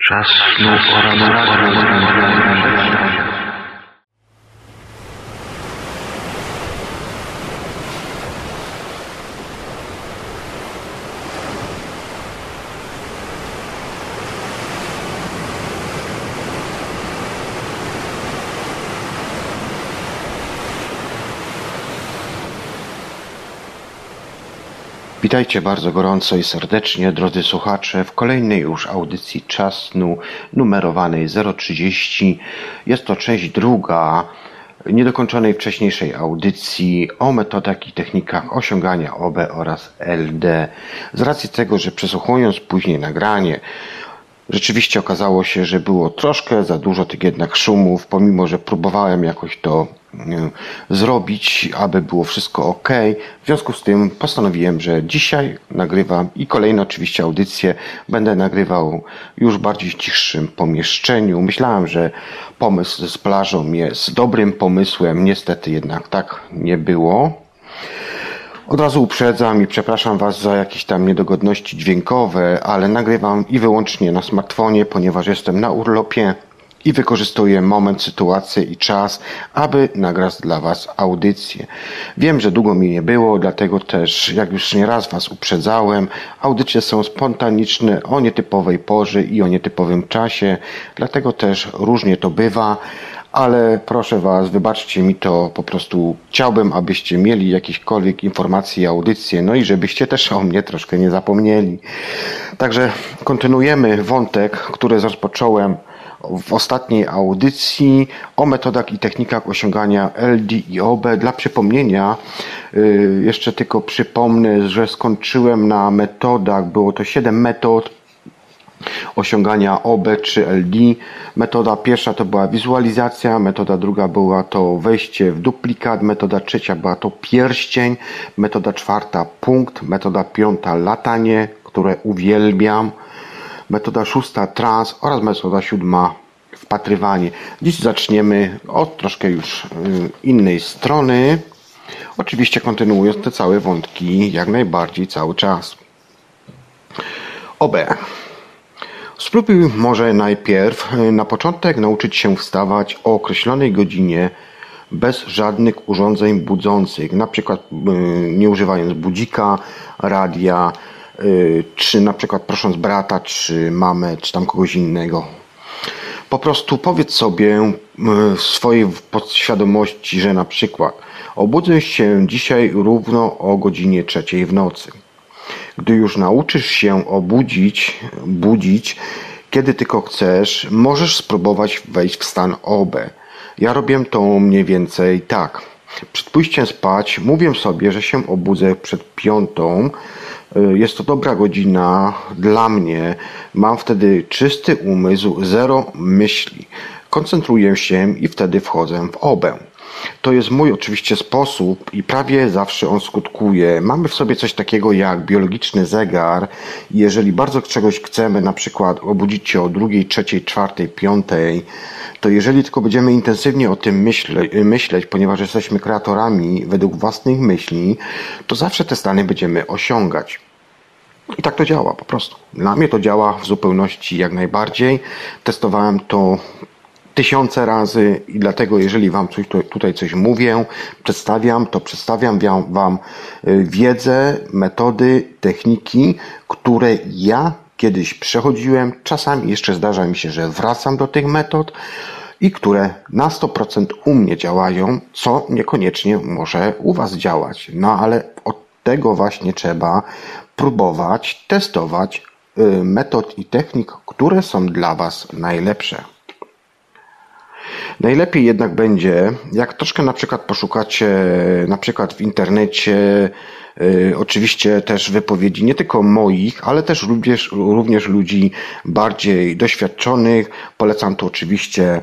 Czas snu oraz Witajcie bardzo gorąco i serdecznie, drodzy słuchacze, w kolejnej już audycji Czas Snu numerowanej 030. Jest to część druga niedokończonej wcześniejszej audycji o metodach i technikach osiągania OB oraz LD. Z racji tego, że przesłuchując później nagranie, rzeczywiście okazało się, że było troszkę za dużo tych jednak szumów, pomimo że próbowałem jakoś to zrobić, aby było wszystko ok. W związku z tym postanowiłem, że dzisiaj nagrywam i kolejne oczywiście audycje będę nagrywał już bardziej w cichszym pomieszczeniu. Myślałem, że pomysł z plażą jest dobrym pomysłem, niestety jednak tak nie było. Od razu uprzedzam i przepraszam Was za jakieś tam niedogodności dźwiękowe, ale nagrywam i wyłącznie na smartfonie, ponieważ jestem na urlopie i wykorzystuję moment, sytuację i czas, aby nagrać dla Was audycję. Wiem, że długo mi nie było, dlatego też, jak już nieraz Was uprzedzałem, audycje są spontaniczne, o nietypowej porze i o nietypowym czasie, dlatego też różnie to bywa. Ale proszę Was, wybaczcie mi to, po prostu chciałbym, abyście mieli jakiekolwiek informacje i audycje, no i żebyście też o mnie troszkę nie zapomnieli. Także kontynuujemy wątek, który rozpocząłem w ostatniej audycji o metodach i technikach osiągania LD i OB. Dla przypomnienia, jeszcze tylko przypomnę, że skończyłem na metodach, było to 7 metod osiągania OB czy LD. Metoda pierwsza to była wizualizacja, metoda druga była to wejście w duplikat, metoda trzecia była to pierścień, metoda czwarta punkt, metoda piąta latanie, które uwielbiam, metoda szósta trans oraz metoda siódma wpatrywanie. Dziś zaczniemy od troszkę już innej strony, oczywiście kontynuując te całe wątki jak najbardziej cały czas. OB. Spróbuj może najpierw na początek nauczyć się wstawać o określonej godzinie bez żadnych urządzeń budzących, na przykład nie używając budzika, radia, czy na przykład prosząc brata, czy mamę, czy tam kogoś innego. Po prostu powiedz sobie w swojej podświadomości, że na przykład obudzę się dzisiaj równo o godzinie 3 w nocy. Gdy już nauczysz się budzić, kiedy tylko chcesz, możesz spróbować wejść w stan OB. Ja robię to mniej więcej tak. Przed pójściem spać mówię sobie, że się obudzę przed 5. Jest to dobra godzina dla mnie. Mam wtedy czysty umysł, zero myśli. Koncentruję się i wtedy wchodzę w OB. To jest mój oczywiście sposób i prawie zawsze on skutkuje. Mamy w sobie coś takiego jak biologiczny zegar. Jeżeli bardzo czegoś chcemy, na przykład obudzić się o 2, 3, 4, 5, to jeżeli tylko będziemy intensywnie o tym myśleć, ponieważ jesteśmy kreatorami według własnych myśli, to zawsze te stany będziemy osiągać. I tak to działa po prostu. Dla mnie to działa w zupełności jak najbardziej. Testowałem to tysiące razy i dlatego jeżeli Wam tutaj coś mówię, przedstawiam Wam wiedzę, metody, techniki, które ja kiedyś przechodziłem. Czasami jeszcze zdarza mi się, że wracam do tych metod i które na 100% u mnie działają, co niekoniecznie może u Was działać. No ale od tego właśnie trzeba próbować, testować metod i technik, które są dla Was najlepsze. Najlepiej jednak będzie, jak troszkę na przykład poszukacie na przykład w internecie, oczywiście też wypowiedzi nie tylko moich, ale też również ludzi bardziej doświadczonych. Polecam tu oczywiście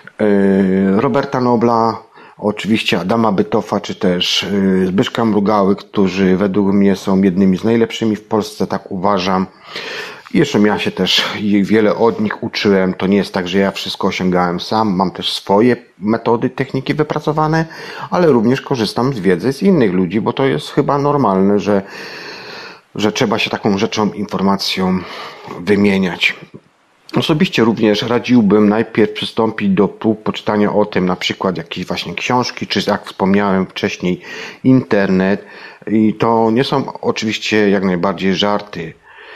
Roberta Nobla, oczywiście Adama Bytoffa, czy też Zbyszka Mrugały, którzy według mnie są jednymi z najlepszymi w Polsce, tak uważam. I jeszcze ja się też wiele od nich uczyłem. To nie jest tak, że ja wszystko osiągałem sam. Mam też swoje metody, techniki wypracowane, ale również korzystam z wiedzy z innych ludzi, bo to jest chyba normalne, że trzeba się taką rzeczą, informacją wymieniać. Osobiście również radziłbym najpierw przystąpić do prób poczytania o tym, na przykład jakieś właśnie książki, czy jak wspomniałem wcześniej, internet. I to nie są oczywiście jak najbardziej żarty.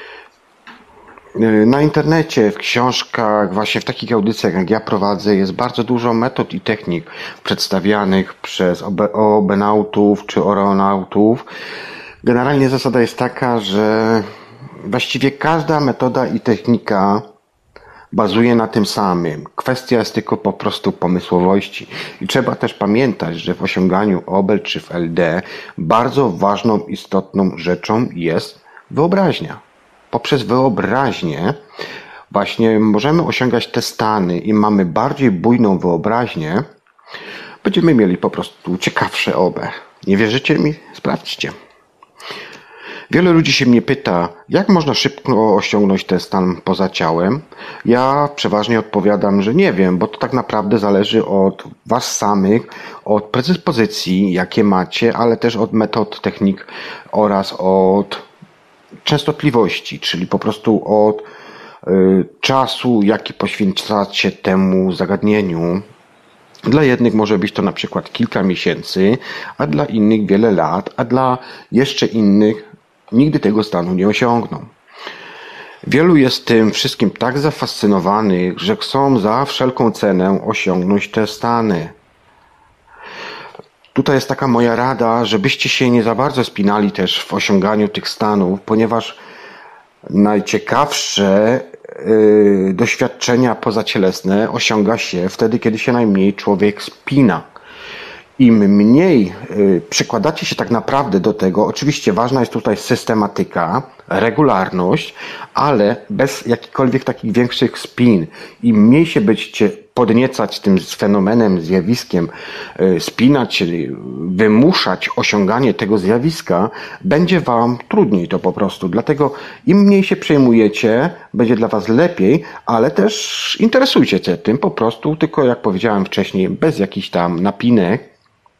Na internecie, w książkach, właśnie w takich audycjach jak ja prowadzę, jest bardzo dużo metod i technik przedstawianych przez obenautów czy oronautów. Generalnie zasada jest taka, że właściwie każda metoda i technika bazuje na tym samym. Kwestia jest tylko po prostu pomysłowości. I trzeba też pamiętać, że w osiąganiu OBEL czy w LD bardzo ważną, istotną rzeczą jest wyobraźnia. Poprzez wyobraźnię właśnie możemy osiągać te stany i mamy bardziej bujną wyobraźnię, będziemy mieli po prostu ciekawsze OB. Nie wierzycie mi? Sprawdźcie. Wiele ludzi się mnie pyta, jak można szybko osiągnąć ten stan poza ciałem. Ja przeważnie odpowiadam, że nie wiem, bo to tak naprawdę zależy od was samych, od predyspozycji, jakie macie, ale też od metod, technik oraz od częstotliwości, czyli po prostu od czasu, jaki poświęcacie temu zagadnieniu. Dla jednych może być to na przykład kilka miesięcy, a dla innych wiele lat, a dla jeszcze innych nigdy tego stanu nie osiągną. Wielu jest tym wszystkim tak zafascynowanych, że chcą za wszelką cenę osiągnąć te stany. Tutaj jest taka moja rada, żebyście się nie za bardzo spinali też w osiąganiu tych stanów, ponieważ najciekawsze doświadczenia pozacielesne osiąga się wtedy, kiedy się najmniej człowiek spina. Im mniej przykładacie się tak naprawdę do tego, oczywiście ważna jest tutaj systematyka, regularność, ale bez jakichkolwiek takich większych spin. Im mniej się będziecie podniecać tym fenomenem, zjawiskiem, spinać się, wymuszać osiąganie tego zjawiska, będzie wam trudniej to po prostu. Dlatego im mniej się przejmujecie, będzie dla was lepiej, ale też interesujcie się tym po prostu, tylko jak powiedziałem wcześniej, bez jakichś tam napinek.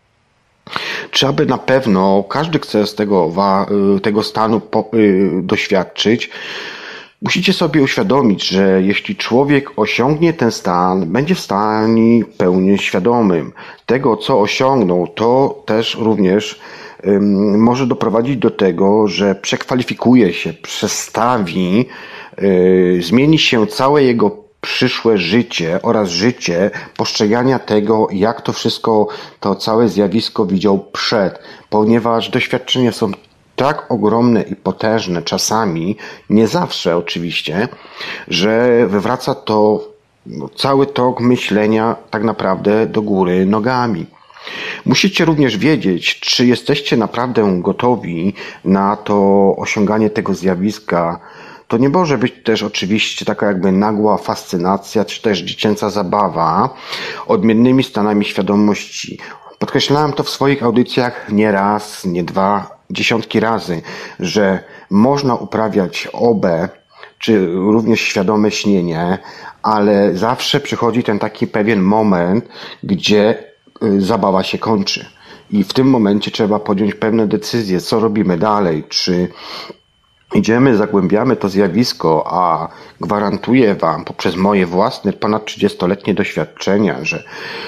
Trzeba by na pewno, każdy chce z tego stanu doświadczyć. Musicie sobie uświadomić, że jeśli człowiek osiągnie ten stan, będzie w stanie pełni świadomym tego, co osiągnął, to też również może doprowadzić do tego, że przekwalifikuje się, przestawi, zmieni się całe jego przyszłe życie oraz życie postrzegania tego, jak to wszystko, to całe zjawisko widział przed, ponieważ doświadczenia są tak ogromne i potężne czasami, nie zawsze oczywiście, że wywraca to cały tok myślenia tak naprawdę do góry nogami. Musicie również wiedzieć, czy jesteście naprawdę gotowi na to osiąganie tego zjawiska. To nie może być też oczywiście taka jakby nagła fascynacja, czy też dziecięca zabawa odmiennymi stanami świadomości. Podkreślałem to w swoich audycjach nie raz, nie dwa, dziesiątki razy, że można uprawiać OB, czy również świadome śnienie, ale zawsze przychodzi ten taki pewien moment, gdzie zabawa się kończy. I w tym momencie trzeba podjąć pewne decyzje, co robimy dalej, czy idziemy, zagłębiamy to zjawisko, a gwarantuję wam poprzez moje własne ponad 30-letnie doświadczenia, że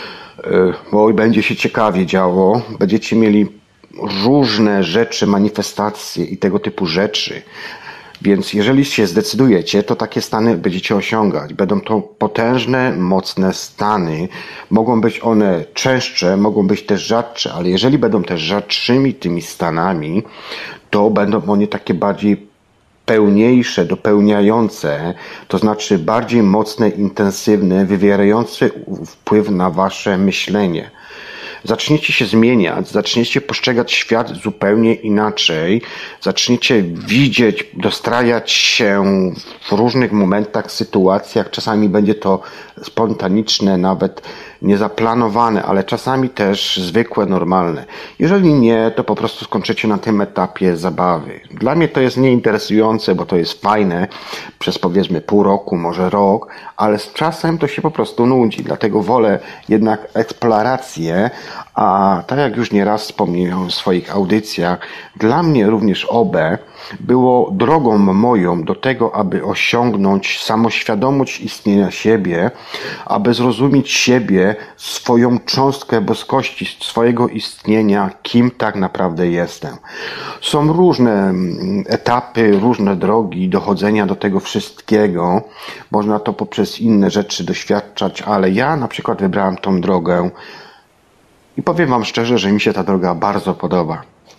będzie się ciekawie działo, będziecie mieli różne rzeczy, manifestacje i tego typu rzeczy. Więc jeżeli się zdecydujecie, to takie stany będziecie osiągać. Będą to potężne, mocne stany. Mogą być one częstsze, mogą być też rzadsze, ale jeżeli będą też rzadszymi tymi stanami, to będą one takie bardziej pełniejsze, dopełniające, to znaczy bardziej mocne, intensywne, wywierające wpływ na wasze myślenie. Zaczniecie się zmieniać, zaczniecie postrzegać świat zupełnie inaczej, zaczniecie widzieć, dostrajać się w różnych momentach, sytuacjach, czasami będzie to spontaniczne, nawet niezaplanowane, ale czasami też zwykłe, normalne. Jeżeli nie, to po prostu skończycie na tym etapie zabawy. Dla mnie to jest nieinteresujące, bo to jest fajne przez powiedzmy pół roku, może rok, ale z czasem to się po prostu nudzi. Dlatego wolę jednak eksplorację, a tak jak już nieraz wspomniałem w swoich audycjach, dla mnie również OB było drogą moją do tego, aby osiągnąć samoświadomość istnienia siebie, aby zrozumieć siebie, swoją cząstkę boskości, swojego istnienia, kim tak naprawdę jestem. Są różne etapy, różne drogi dochodzenia do tego wszystkiego. Można to poprzez inne rzeczy doświadczać, ale ja na przykład wybrałem tą drogę i powiem wam szczerze, że mi się ta droga bardzo podoba.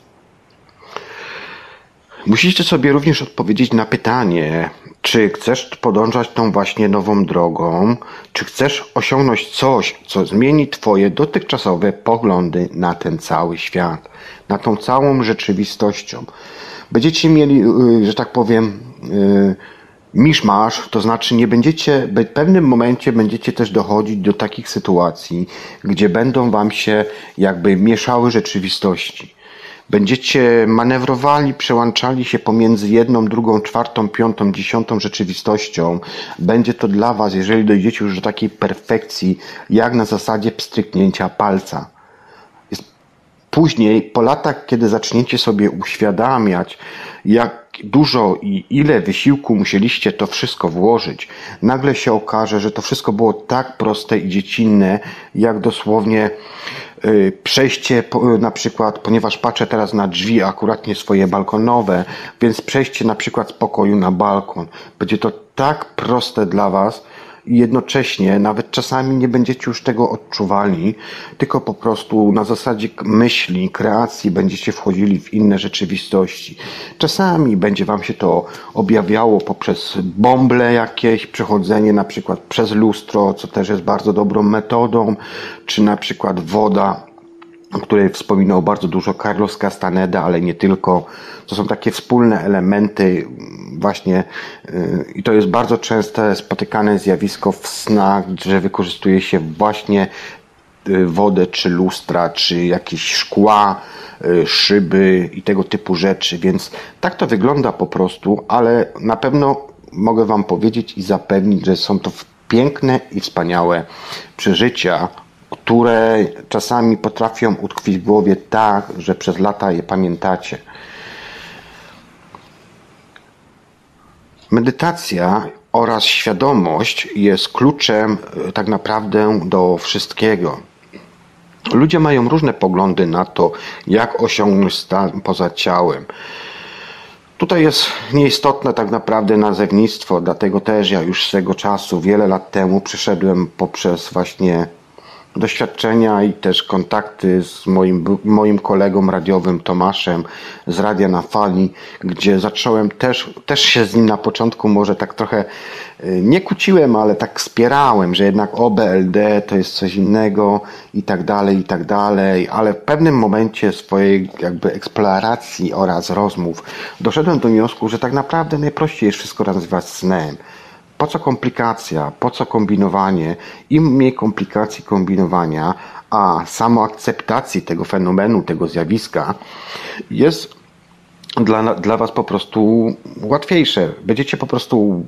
Musicie sobie również odpowiedzieć na pytanie, czy chcesz podążać tą właśnie nową drogą, czy chcesz osiągnąć coś, co zmieni twoje dotychczasowe poglądy na ten cały świat, na tą całą rzeczywistością. Będziecie mieli, że tak powiem, miszmasz, to znaczy nie będziecie, w pewnym momencie będziecie też dochodzić do takich sytuacji, gdzie będą wam się jakby mieszały rzeczywistości. Będziecie manewrowali, przełączali się pomiędzy jedną, drugą, czwartą, piątą, dziesiątą rzeczywistością. Będzie to dla was, jeżeli dojdziecie już do takiej perfekcji, jak na zasadzie pstryknięcia palca. Później, po latach, kiedy zaczniecie sobie uświadamiać, jak dużo i ile wysiłku musieliście to wszystko włożyć, nagle się okaże, że to wszystko było tak proste i dziecinne, jak dosłownie przejście na przykład, ponieważ patrzę teraz na drzwi akurat nie swoje balkonowe, więc przejście na przykład z pokoju na balkon. Będzie to tak proste dla was i jednocześnie nawet czasami nie będziecie już tego odczuwali, tylko po prostu na zasadzie myśli, kreacji będziecie wchodzili w inne rzeczywistości. Czasami będzie wam się to objawiało poprzez bąble jakieś, przechodzenie na przykład przez lustro, co też jest bardzo dobrą metodą, czy na przykład woda, o której wspominał bardzo dużo Carlos Castaneda, ale nie tylko. To są takie wspólne elementy właśnie i to jest bardzo częste spotykane zjawisko w snach, że wykorzystuje się właśnie wodę, czy lustra, czy jakieś szkła, szyby i tego typu rzeczy, więc tak to wygląda po prostu, ale na pewno mogę wam powiedzieć i zapewnić, że są to piękne i wspaniałe przeżycia, które czasami potrafią utkwić w głowie tak, że przez lata je pamiętacie. Medytacja oraz świadomość jest kluczem tak naprawdę do wszystkiego. Ludzie mają różne poglądy na to, jak osiągnąć stan poza ciałem. Tutaj jest nieistotne tak naprawdę nazewnictwo, dlatego też ja już swego czasu, wiele lat temu przeszedłem poprzez właśnie doświadczenia i też kontakty z moim kolegą radiowym Tomaszem z Radia na Fali, gdzie zacząłem też się z nim na początku może tak trochę nie kłóciłem, ale tak wspierałem, że jednak OBLD to jest coś innego i tak dalej, ale w pewnym momencie swojej jakby eksploracji oraz rozmów doszedłem do wniosku, że tak naprawdę najprościej jest wszystko nazywać snem. Po co komplikacja, po co kombinowanie? Im mniej komplikacji kombinowania, a samoakceptacji tego fenomenu, tego zjawiska jest dla was po prostu łatwiejsze. Będziecie po prostu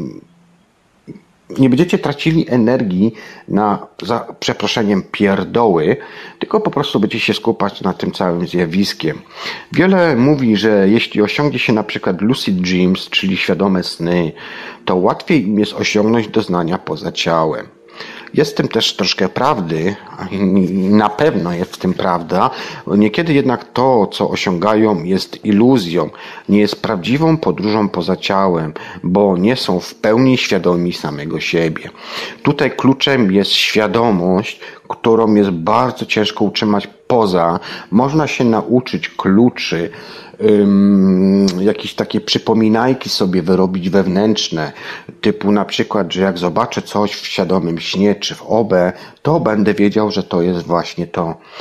nie będziecie tracili energii na, za przeproszeniem, pierdoły, tylko po prostu będziecie się skupiać na tym całym zjawiskiem. Wiele mówi, że jeśli osiągnie się na przykład lucid dreams, czyli świadome sny, to łatwiej im jest osiągnąć doznania poza ciałem. Jest w tym też troszkę prawdy, na pewno jest w tym prawda. Niekiedy jednak to, co osiągają, jest iluzją, nie jest prawdziwą podróżą poza ciałem, bo nie są w pełni świadomi samego siebie. Tutaj kluczem jest świadomość, którą jest bardzo ciężko utrzymać poza. Można się nauczyć kluczy, jakieś takie przypominajki sobie wyrobić wewnętrzne, typu na przykład, że jak zobaczę coś w świadomym śnie czy w OB, to będę wiedział, że to jest właśnie to.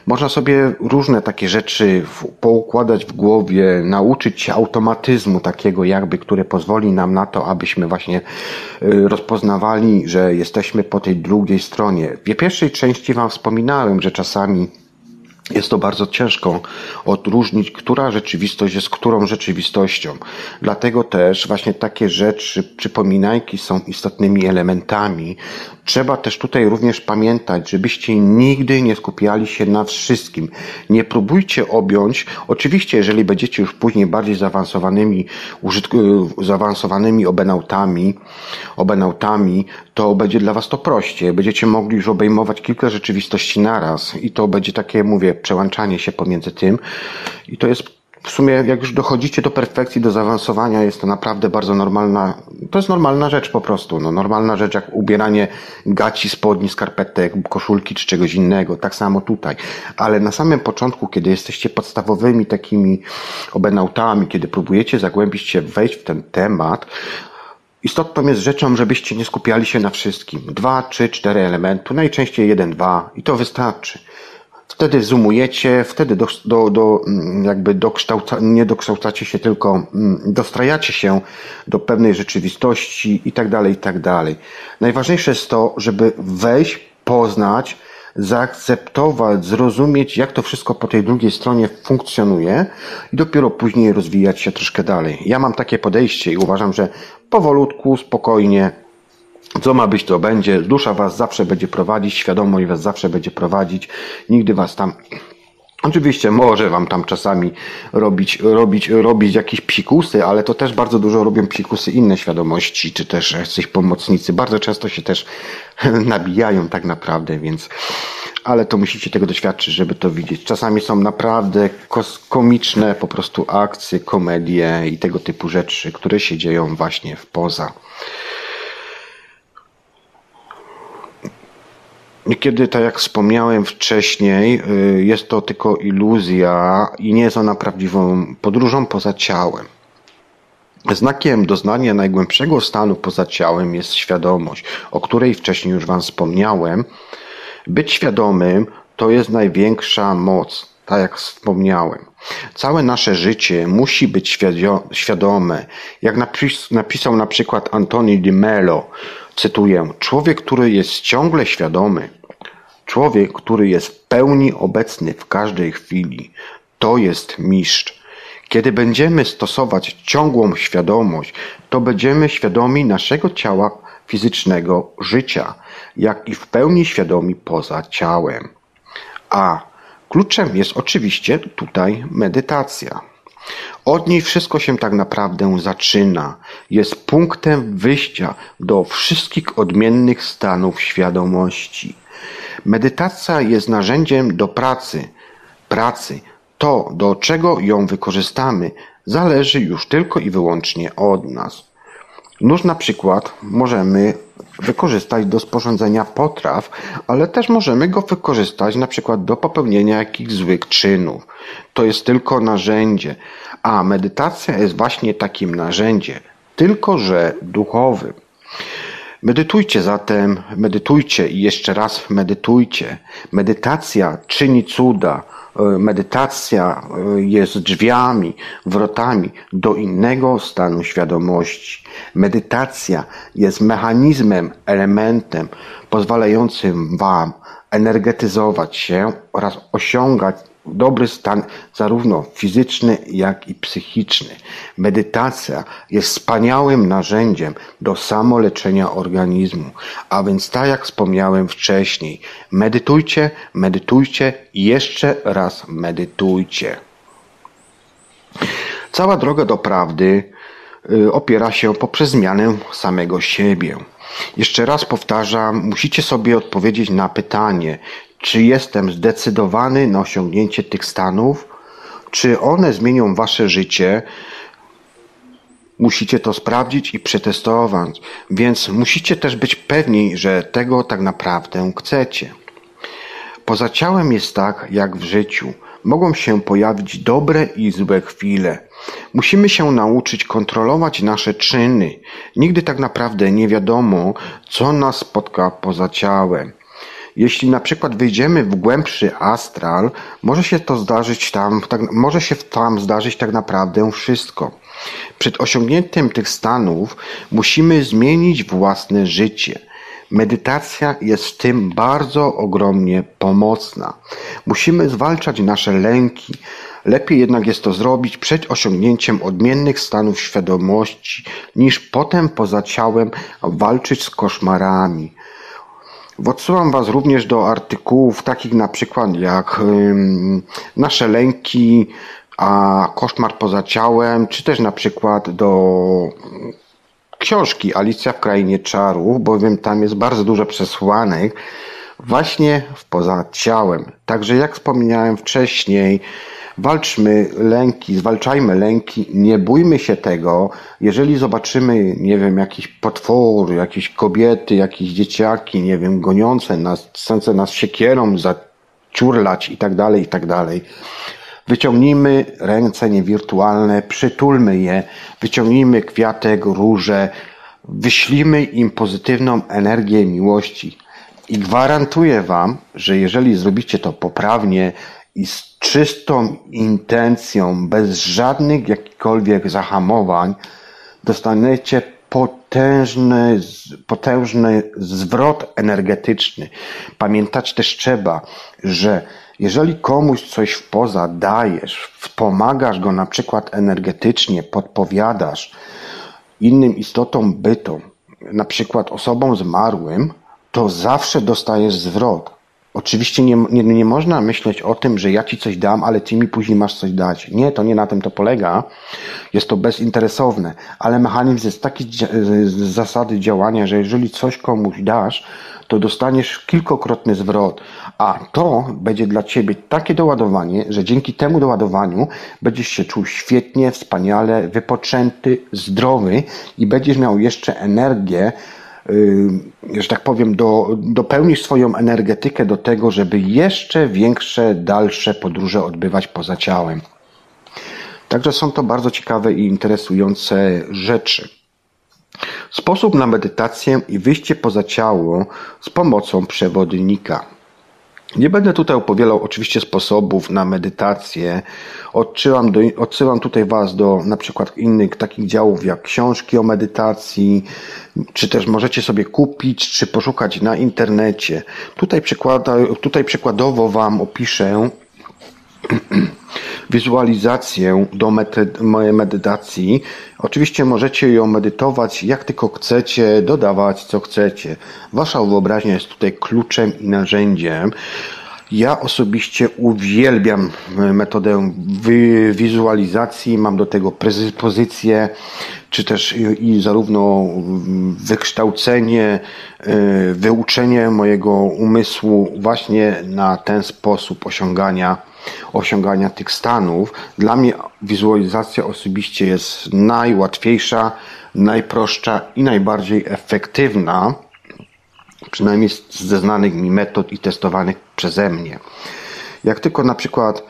Można sobie różne takie rzeczy poukładać w głowie, nauczyć się automatyzmu takiego jakby, które pozwoli nam na to, abyśmy właśnie rozpoznawali, że jesteśmy po tej drugiej stronie. W pierwszej części Wam wspominałem, że czasami jest to bardzo ciężko odróżnić, która rzeczywistość jest którą rzeczywistością. Dlatego też właśnie takie rzeczy, przypominajki są istotnymi elementami. Trzeba też tutaj również pamiętać, żebyście nigdy nie skupiali się na wszystkim. Nie próbujcie objąć, oczywiście jeżeli będziecie już później bardziej zaawansowanymi obenautami, to będzie dla Was to prościej. Będziecie mogli już obejmować kilka rzeczywistości naraz i to będzie takie, mówię, przełączanie się pomiędzy tym i to jest w sumie, jak już dochodzicie do perfekcji, do zaawansowania, jest to naprawdę bardzo normalna, to jest normalna rzecz po prostu, no normalna rzecz jak ubieranie gaci, spodni, skarpetek, koszulki czy czegoś innego, tak samo tutaj, ale na samym początku, kiedy jesteście podstawowymi takimi obenautami, kiedy próbujecie zagłębić się, wejść w ten temat, istotną jest rzeczą, żebyście nie skupiali się na wszystkim. 2, 3, 4 elementy, najczęściej 1, 2 i to wystarczy. Wtedy zoomujecie, wtedy nie dokształcacie się, tylko dostrajacie się do pewnej rzeczywistości i tak dalej, i tak dalej. Najważniejsze jest to, żeby wejść, poznać, zaakceptować, zrozumieć, jak to wszystko po tej drugiej stronie funkcjonuje i dopiero później rozwijać się troszkę dalej. Ja mam takie podejście i uważam, że powolutku, spokojnie, co ma być, to będzie. Dusza Was zawsze będzie prowadzić, świadomość Was zawsze będzie prowadzić. Nigdy Was tam... Oczywiście może Wam tam czasami robić jakieś psikusy, ale to też bardzo dużo robią psikusy inne świadomości, czy też jacyś pomocnicy. Bardzo często się też nabijają tak naprawdę, więc... Ale to musicie tego doświadczyć, żeby to widzieć. Czasami są naprawdę komiczne po prostu akcje, komedie i tego typu rzeczy, które się dzieją właśnie w poza. Niekiedy, tak jak wspomniałem wcześniej, jest to tylko iluzja i nie jest ona prawdziwą podróżą poza ciałem. Znakiem doznania najgłębszego stanu poza ciałem jest świadomość, o której wcześniej już Wam wspomniałem. Być świadomym to jest największa moc, tak jak wspomniałem. Całe nasze życie musi być świadome. Jak napisał na przykład Anthony de Mello, cytuję, człowiek, który jest ciągle świadomy, człowiek, który jest w pełni obecny w każdej chwili, to jest mistrz. Kiedy będziemy stosować ciągłą świadomość, to będziemy świadomi naszego ciała fizycznego życia, jak i w pełni świadomi poza ciałem. A kluczem jest oczywiście tutaj medytacja. Od niej wszystko się tak naprawdę zaczyna. Jest punktem wyjścia do wszystkich odmiennych stanów świadomości. Medytacja jest narzędziem do pracy. To, do czego ją wykorzystamy, zależy już tylko i wyłącznie od nas. Nóż na przykład możemy wykorzystać do sporządzenia potraw, ale też możemy go wykorzystać na przykład do popełnienia jakichś złych czynów. To jest tylko narzędzie, a medytacja jest właśnie takim narzędziem, tylko że duchowym. Medytujcie zatem, medytujcie i jeszcze raz medytujcie. Medytacja czyni cuda. Medytacja jest drzwiami, wrotami do innego stanu świadomości. Medytacja jest mechanizmem, elementem pozwalającym Wam energetyzować się oraz osiągać dobry stan zarówno fizyczny, jak i psychiczny. Medytacja jest wspaniałym narzędziem do samoleczenia organizmu. A więc tak jak wspomniałem wcześniej, medytujcie i jeszcze raz medytujcie. Cała droga do prawdy opiera się poprzez zmianę samego siebie. Jeszcze raz powtarzam, musicie sobie odpowiedzieć na pytanie, czy jestem zdecydowany na osiągnięcie tych stanów? Czy one zmienią Wasze życie? Musicie to sprawdzić i przetestować, więc musicie też być pewni, że tego tak naprawdę chcecie. Poza ciałem jest tak, jak w życiu. Mogą się pojawić dobre i złe chwile. Musimy się nauczyć kontrolować nasze czyny. Nigdy tak naprawdę nie wiadomo, co nas spotka poza ciałem. Jeśli na przykład wejdziemy w głębszy astral, może się tam zdarzyć tak naprawdę wszystko. Przed osiągnięciem tych stanów musimy zmienić własne życie. Medytacja jest w tym bardzo ogromnie pomocna. Musimy zwalczać nasze lęki. Lepiej jednak jest to zrobić przed osiągnięciem odmiennych stanów świadomości, niż potem poza ciałem walczyć z koszmarami. Odsyłam Was również do artykułów takich na przykład jak Nasze lęki, a koszmar poza ciałem, czy też na przykład do książki Alicja w Krainie Czarów, bowiem tam jest bardzo dużo przesłanek właśnie poza ciałem. Także jak wspomniałem wcześniej, zwalczajmy lęki, nie bójmy się tego. Jeżeli zobaczymy, nie wiem, jakiś potwór, jakieś kobiety, jakieś dzieciaki, nie wiem, goniące nas, chcące nas siekierą zaciurlać i tak dalej. Wyciągnijmy ręce niewirtualne, przytulmy je, wyciągnijmy kwiatek, różę, wyślijmy im pozytywną energię miłości. I gwarantuję Wam, że jeżeli zrobicie to poprawnie i z czystą intencją, bez żadnych jakichkolwiek zahamowań, dostaniecie potężny zwrot energetyczny. Pamiętać też trzeba, że jeżeli komuś coś wpoza dajesz, wspomagasz go na przykład energetycznie, podpowiadasz innym istotom bytom, na przykład osobom zmarłym, to zawsze dostajesz zwrot. Oczywiście nie można myśleć o tym, że ja Ci coś dam, ale Ty mi później masz coś dać. Nie, to nie na tym to polega. Jest to bezinteresowne, ale mechanizm jest taki z zasady działania, że jeżeli coś komuś dasz, to dostaniesz kilkokrotny zwrot, a to będzie dla Ciebie takie doładowanie, że dzięki temu doładowaniu będziesz się czuł świetnie, wspaniale, wypoczęty, zdrowy i będziesz miał jeszcze energię, że tak powiem, dopełnisz swoją energetykę do tego, żeby jeszcze większe, dalsze podróże odbywać poza ciałem. Także są to bardzo ciekawe i interesujące rzeczy. Sposób na medytację i wyjście poza ciało z pomocą przewodnika. Nie będę tutaj opowiadał oczywiście sposobów na medytację. Odsyłam tutaj Was do na przykład innych takich działów jak książki o medytacji, czy też możecie sobie kupić, czy poszukać na internecie. Tutaj przykładowo Wam opiszę wizualizację do mojej medytacji. Oczywiście możecie ją medytować jak tylko chcecie, dodawać co chcecie. Wasza wyobraźnia jest tutaj kluczem i narzędziem. Ja osobiście uwielbiam metodę wizualizacji, mam do tego predyspozycję, czy też i zarówno wykształcenie, wyuczenie mojego umysłu właśnie na ten sposób osiągania tych stanów. Dla mnie wizualizacja osobiście jest najłatwiejsza, najprostsza i najbardziej efektywna, przynajmniej ze znanych mi metod i testowanych przeze mnie. Jak tylko na przykład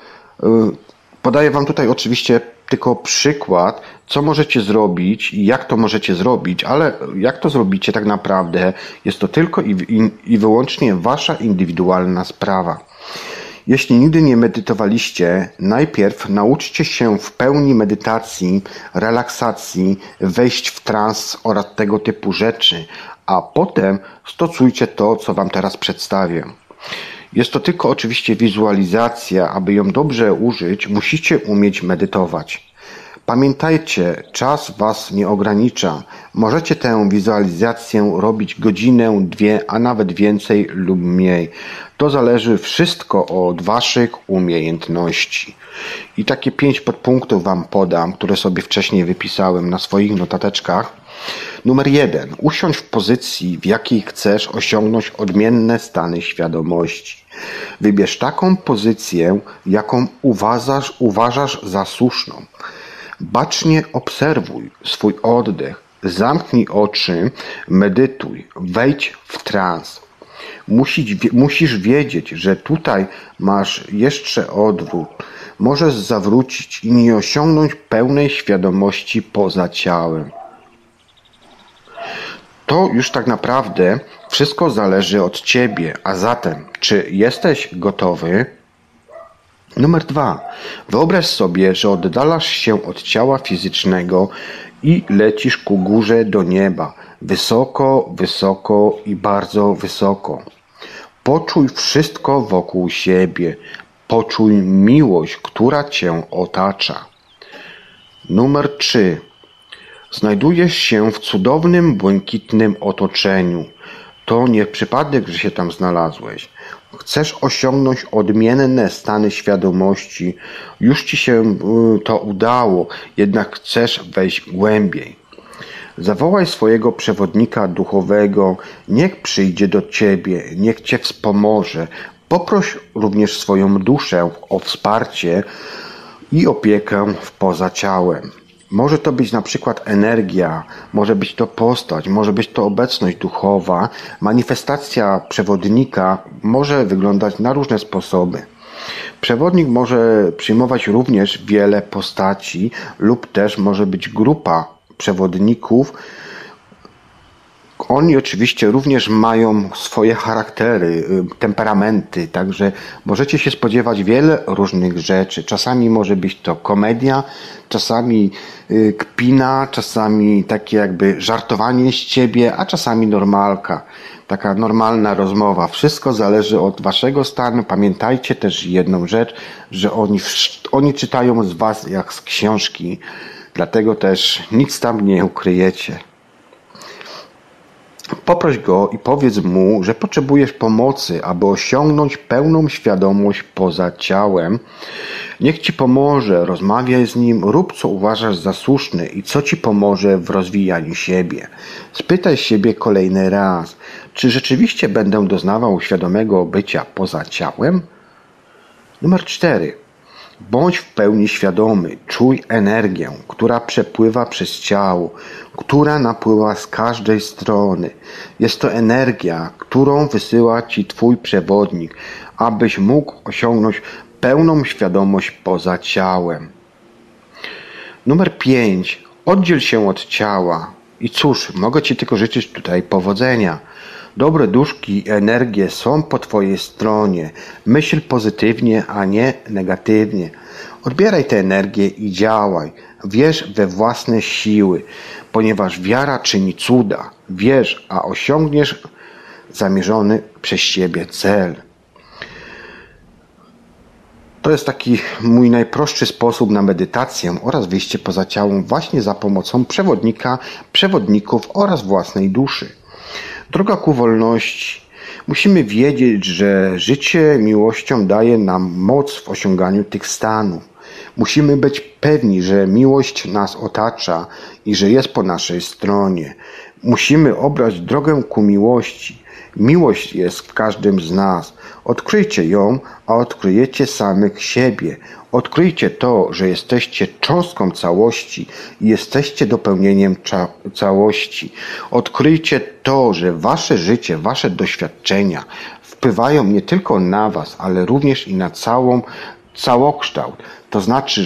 podaję Wam tutaj oczywiście tylko przykład, co możecie zrobić i jak to możecie zrobić, ale jak to zrobicie tak naprawdę jest to tylko i wyłącznie Wasza indywidualna sprawa. Jeśli nigdy nie medytowaliście, najpierw nauczcie się w pełni medytacji, relaksacji, wejść w trans oraz tego typu rzeczy, a potem stosujcie to, co Wam teraz przedstawię. Jest to tylko oczywiście wizualizacja, aby ją dobrze użyć, musicie umieć medytować. Pamiętajcie, czas Was nie ogranicza. Możecie tę wizualizację robić godzinę, 2, a nawet więcej lub mniej. To zależy wszystko od Waszych umiejętności. I takie 5 podpunktów Wam podam, które sobie wcześniej wypisałem na swoich notateczkach. Numer 1. Usiądź w pozycji, w jakiej chcesz osiągnąć odmienne stany świadomości. Wybierz taką pozycję, jaką uważasz za słuszną. Bacznie obserwuj swój oddech, zamknij oczy, medytuj, wejdź w trans. Musisz wiedzieć, że tutaj masz jeszcze odwrót. Możesz zawrócić i nie osiągnąć pełnej świadomości poza ciałem. To już tak naprawdę wszystko zależy od Ciebie. A zatem, czy jesteś gotowy? Numer 2. Wyobraź sobie, że oddalasz się od ciała fizycznego i lecisz ku górze do nieba. Wysoko, wysoko i bardzo wysoko. Poczuj wszystko wokół siebie. Poczuj miłość, która Cię otacza. Numer 3. Znajdujesz się w cudownym, błękitnym otoczeniu. To nie przypadek, że się tam znalazłeś. Chcesz osiągnąć odmienne stany świadomości. Już Ci się to udało, jednak chcesz wejść głębiej. Zawołaj swojego przewodnika duchowego, niech przyjdzie do Ciebie, niech Cię wspomoże. Poproś również swoją duszę o wsparcie i opiekę poza ciałem. Może to być na przykład energia, może być to postać, może być to obecność duchowa. Manifestacja przewodnika może wyglądać na różne sposoby. Przewodnik może przyjmować również wiele postaci lub też może być grupa przewodników. Oni oczywiście również mają swoje charaktery, temperamenty, także możecie się spodziewać wiele różnych rzeczy. Czasami może być to komedia, czasami kpina, czasami takie jakby żartowanie z ciebie, a czasami normalka. Taka normalna rozmowa. Wszystko zależy od waszego stanu. Pamiętajcie też jedną rzecz, że oni czytają z was jak z książki, dlatego też nic tam nie ukryjecie. Poproś go i powiedz mu, że potrzebujesz pomocy, aby osiągnąć pełną świadomość poza ciałem. Niech ci pomoże, rozmawiaj z nim, rób co uważasz za słuszne i co ci pomoże w rozwijaniu siebie. Spytaj siebie kolejny raz, czy rzeczywiście będę doznawał świadomego bycia poza ciałem? Numer 4. Bądź w pełni świadomy, czuj energię, która przepływa przez ciało, która napływa z każdej strony. Jest to energia, którą wysyła Ci Twój przewodnik, abyś mógł osiągnąć pełną świadomość poza ciałem. Numer 5. Oddziel się od ciała. I cóż, mogę Ci tylko życzyć tutaj powodzenia. Dobre duszki i energie są po Twojej stronie. Myśl pozytywnie, a nie negatywnie. Odbieraj tę energię i działaj. Wierz we własne siły, ponieważ wiara czyni cuda. Wierz, a osiągniesz zamierzony przez siebie cel. To jest taki mój najprostszy sposób na medytację oraz wyjście poza ciało właśnie za pomocą przewodników oraz własnej duszy. Droga ku wolności. Musimy wiedzieć, że życie miłością daje nam moc w osiąganiu tych stanów. Musimy być pewni, że miłość nas otacza i że jest po naszej stronie. Musimy obrać drogę ku miłości. Miłość jest w każdym z nas. Odkryjcie ją, a odkryjecie samych siebie. Odkryjcie to, że jesteście cząstką całości i jesteście dopełnieniem całości. Odkryjcie to, że wasze życie, wasze doświadczenia wpływają nie tylko na was, ale również i na całokształt. To znaczy,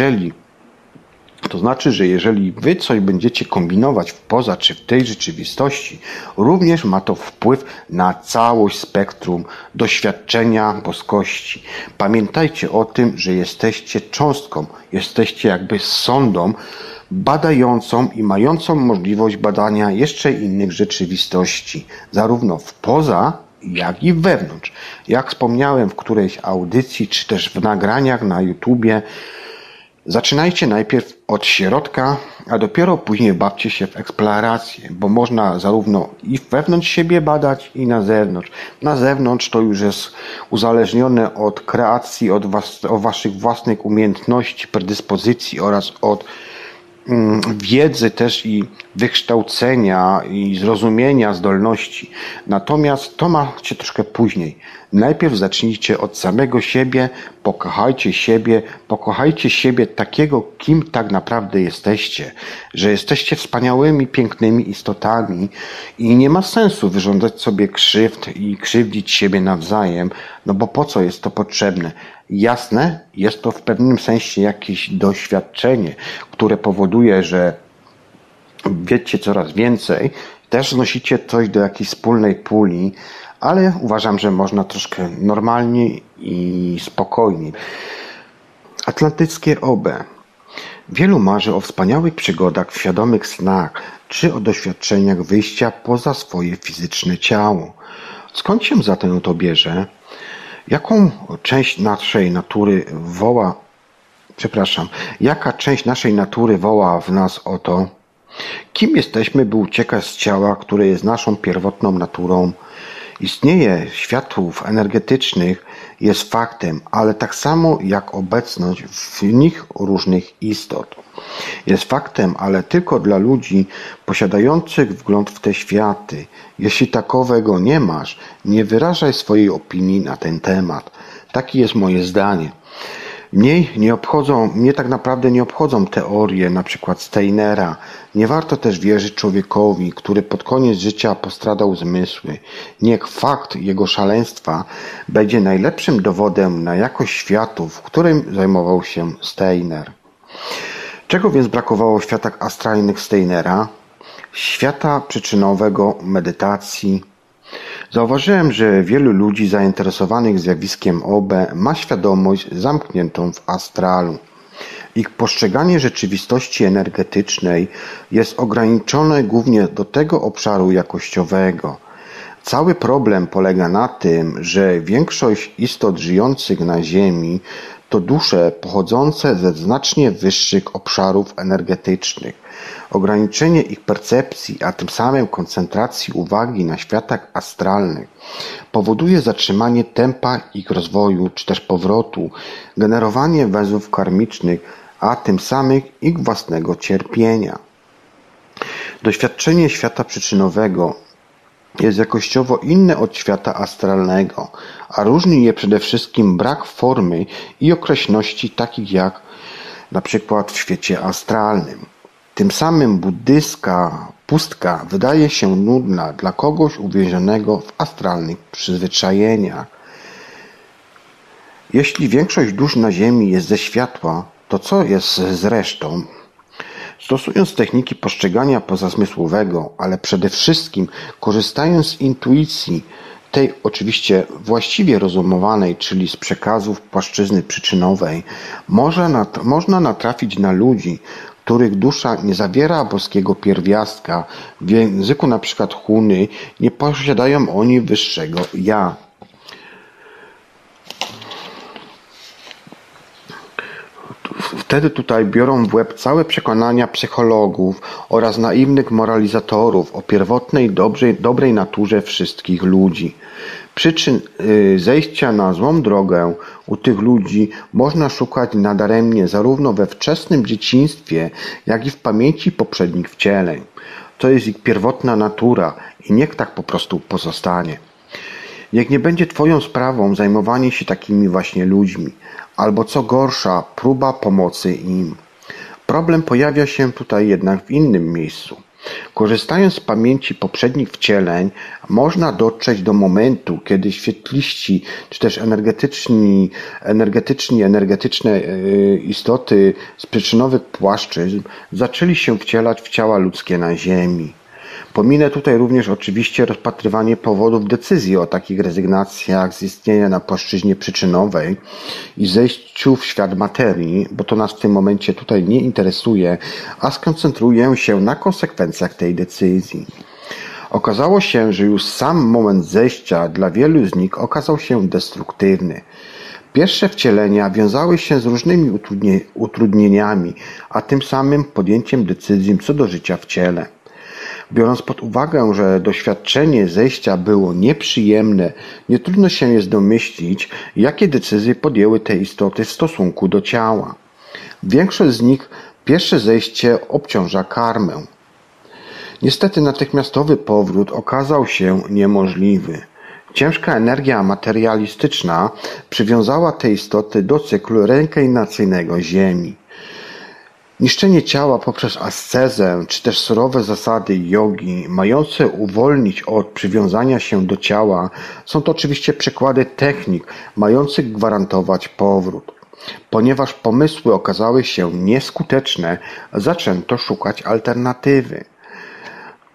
że jeżeli wy coś będziecie kombinować poza czy w tej rzeczywistości, również ma to wpływ na całość spektrum doświadczenia boskości. Pamiętajcie o tym, że jesteście cząstką, jesteście jakby sondą badającą i mającą możliwość badania jeszcze innych rzeczywistości, zarówno jak i wewnątrz. Jak wspomniałem w którejś audycji, czy też w nagraniach na YouTubie, zaczynajcie najpierw od środka, a dopiero później bawcie się w eksplorację, bo można zarówno i wewnątrz siebie badać, i na zewnątrz. Na zewnątrz to już jest uzależnione od kreacji, od waszych własnych umiejętności, predyspozycji oraz od wiedzy też i wykształcenia i zrozumienia zdolności. Natomiast to macie troszkę później. Najpierw zacznijcie od samego siebie, pokochajcie siebie takiego, kim tak naprawdę jesteście, że jesteście wspaniałymi, pięknymi istotami i nie ma sensu wyrządzać sobie krzywd i krzywdzić siebie nawzajem, no bo po co jest to potrzebne? Jasne, jest to w pewnym sensie jakieś doświadczenie, które powoduje, że wiecie coraz więcej, Też znosicie coś do jakiejś wspólnej puli, ale uważam, że można troszkę normalniej i spokojniej. Atlantyckie OB. Wielu marzy o wspaniałych przygodach, świadomych snach, czy o doświadczeniach wyjścia poza swoje fizyczne ciało. Skąd się zatem to bierze? Jaka część naszej natury woła w nas o to? Kim jesteśmy, by uciekać z ciała, które jest naszą pierwotną naturą? Istnienie światów energetycznych jest faktem, ale tak samo jak obecność w nich różnych istot. Jest faktem, ale tylko dla ludzi posiadających wgląd w te światy. Jeśli takowego nie masz, nie wyrażaj swojej opinii na ten temat. Takie jest moje zdanie. Mnie tak naprawdę nie obchodzą teorie np. Steinera. Nie warto też wierzyć człowiekowi, który pod koniec życia postradał zmysły. Niech fakt jego szaleństwa będzie najlepszym dowodem na jakość światów, którym zajmował się Steiner. Czego więc brakowało w światach astralnych Steinera? Świata przyczynowego, medytacji. Zauważyłem, że wielu ludzi zainteresowanych zjawiskiem OB ma świadomość zamkniętą w astralu. Ich postrzeganie rzeczywistości energetycznej jest ograniczone głównie do tego obszaru jakościowego. Cały problem polega na tym, że większość istot żyjących na Ziemi to dusze pochodzące ze znacznie wyższych obszarów energetycznych. Ograniczenie ich percepcji, a tym samym koncentracji uwagi na światach astralnych powoduje zatrzymanie tempa ich rozwoju czy też powrotu, generowanie węzłów karmicznych, a tym samym ich własnego cierpienia. Doświadczenie świata przyczynowego jest jakościowo inne od świata astralnego, a różni je przede wszystkim brak formy i określności takich jak na przykład w świecie astralnym. Tym samym buddyjska pustka wydaje się nudna dla kogoś uwięzionego w astralnych przyzwyczajeniach. Jeśli większość dusz na Ziemi jest ze światła, to co jest z resztą? Stosując techniki postrzegania pozazmysłowego, ale przede wszystkim korzystając z intuicji, tej oczywiście właściwie rozumowanej, czyli z przekazów płaszczyzny przyczynowej, można natrafić na ludzi, których dusza nie zawiera boskiego pierwiastka. W języku np. Huny nie posiadają oni wyższego ja. Wtedy tutaj biorą w łeb całe przekonania psychologów oraz naiwnych moralizatorów o pierwotnej, dobrej naturze wszystkich ludzi. Przyczyn zejścia na złą drogę u tych ludzi można szukać nadaremnie zarówno we wczesnym dzieciństwie, jak i w pamięci poprzednich wcieleń. To jest ich pierwotna natura i niech tak po prostu pozostanie. Niech nie będzie twoją sprawą zajmowanie się takimi właśnie ludźmi, albo co gorsza, próba pomocy im. Problem pojawia się tutaj jednak w innym miejscu. Korzystając z pamięci poprzednich wcieleń, można dotrzeć do momentu, kiedy świetliści, czy też energetyczne istoty z przyczynowych płaszczyzn zaczęli się wcielać w ciała ludzkie na Ziemi. Pominę tutaj również oczywiście rozpatrywanie powodów decyzji o takich rezygnacjach z istnienia na płaszczyźnie przyczynowej i zejściu w świat materii, bo to nas w tym momencie tutaj nie interesuje, a skoncentruję się na konsekwencjach tej decyzji. Okazało się, że już sam moment zejścia dla wielu z nich okazał się destruktywny. Pierwsze wcielenia wiązały się z różnymi utrudnieniami, a tym samym podjęciem decyzji co do życia w ciele. Biorąc pod uwagę, że doświadczenie zejścia było nieprzyjemne, nie trudno się jest domyślić, jakie decyzje podjęły te istoty w stosunku do ciała. Większość z nich pierwsze zejście obciąża karmę. Niestety natychmiastowy powrót okazał się niemożliwy. Ciężka energia materialistyczna przywiązała te istoty do cyklu reinkarnacyjnego Ziemi. Niszczenie ciała poprzez ascezę, czy też surowe zasady jogi, mające uwolnić od przywiązania się do ciała, są to oczywiście przykłady technik, mających gwarantować powrót. Ponieważ pomysły okazały się nieskuteczne, zaczęto szukać alternatywy.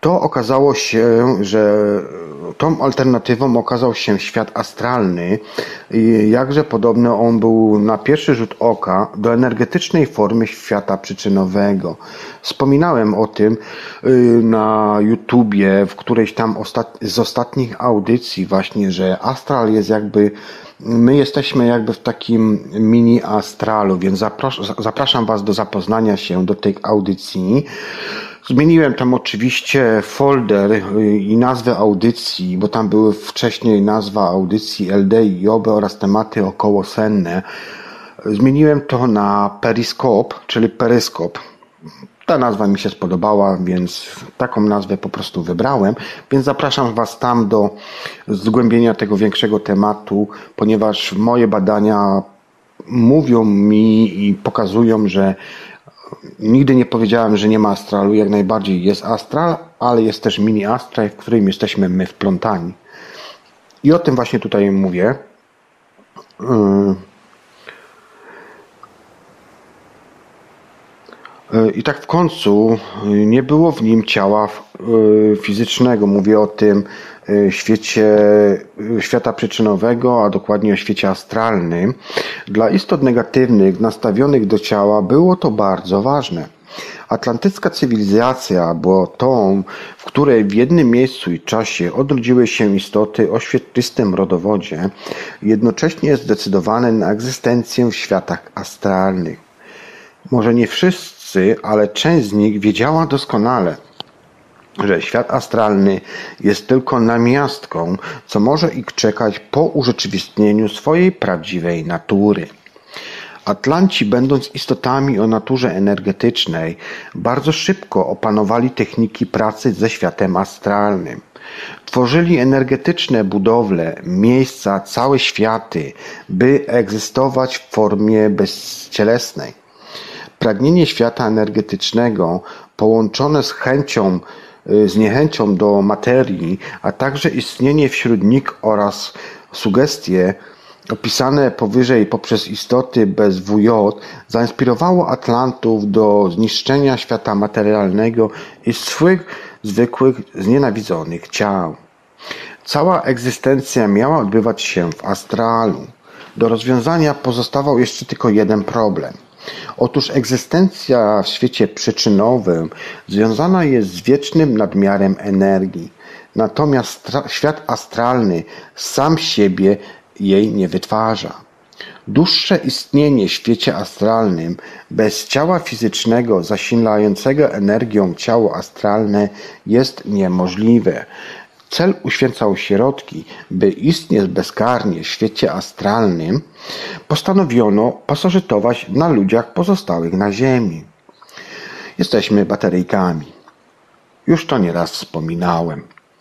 To okazało się, że tą alternatywą okazał się świat astralny. Jakże podobny on był na pierwszy rzut oka do energetycznej formy świata przyczynowego. Wspominałem o tym na YouTubie, w którejś tam z ostatnich audycji właśnie, że astral jest my jesteśmy jakby w takim mini astralu, więc zapraszam Was do zapoznania się do tej audycji. Zmieniłem tam oczywiście folder i nazwę audycji, bo tam były wcześniej nazwa audycji LD i OB oraz tematy okołosenne. Zmieniłem to na Periscope, czyli Peryskop. Ta nazwa mi się spodobała, więc taką nazwę po prostu wybrałem. Więc zapraszam Was tam do zgłębienia tego większego tematu, ponieważ moje badania mówią mi i pokazują, że nigdy nie powiedziałem, że nie ma astralu. Jak najbardziej jest astral, ale jest też mini astral, w którym jesteśmy my wplątani. I o tym właśnie tutaj mówię. I tak w końcu nie było w nim ciała fizycznego. Mówię o tym świata przyczynowego, a dokładnie o świecie astralnym. Dla istot negatywnych, nastawionych do ciała, było to bardzo ważne. Atlantycka cywilizacja była tą, w której w jednym miejscu i czasie odrodziły się istoty o świetlistym rodowodzie, jednocześnie zdecydowane na egzystencję w światach astralnych. Może nie wszyscy, ale część z nich wiedziała doskonale, że świat astralny jest tylko namiastką, co może ich czekać po urzeczywistnieniu swojej prawdziwej natury. Atlanci, będąc istotami o naturze energetycznej, bardzo szybko opanowali techniki pracy ze światem astralnym. Tworzyli energetyczne budowle, miejsca, całe światy, by egzystować w formie bezcielesnej. Pragnienie świata energetycznego, połączone z niechęcią do materii, a także istnienie wśród nich oraz sugestie opisane powyżej poprzez istoty bez WJ, zainspirowało Atlantów do zniszczenia świata materialnego i swych zwykłych, znienawidzonych ciał. Cała egzystencja miała odbywać się w astralu. Do rozwiązania pozostawał jeszcze tylko jeden problem. Otóż egzystencja w świecie przyczynowym związana jest z wiecznym nadmiarem energii. Natomiast świat astralny sam siebie jej nie wytwarza. Dłuższe istnienie w świecie astralnym bez ciała fizycznego zasilającego energią ciało astralne jest niemożliwe. Cel uświęcał środki, by istnieć bezkarnie w świecie astralnym, postanowiono pasożytować na ludziach pozostałych na Ziemi. Jesteśmy bateryjkami. Już to nieraz wspominałem.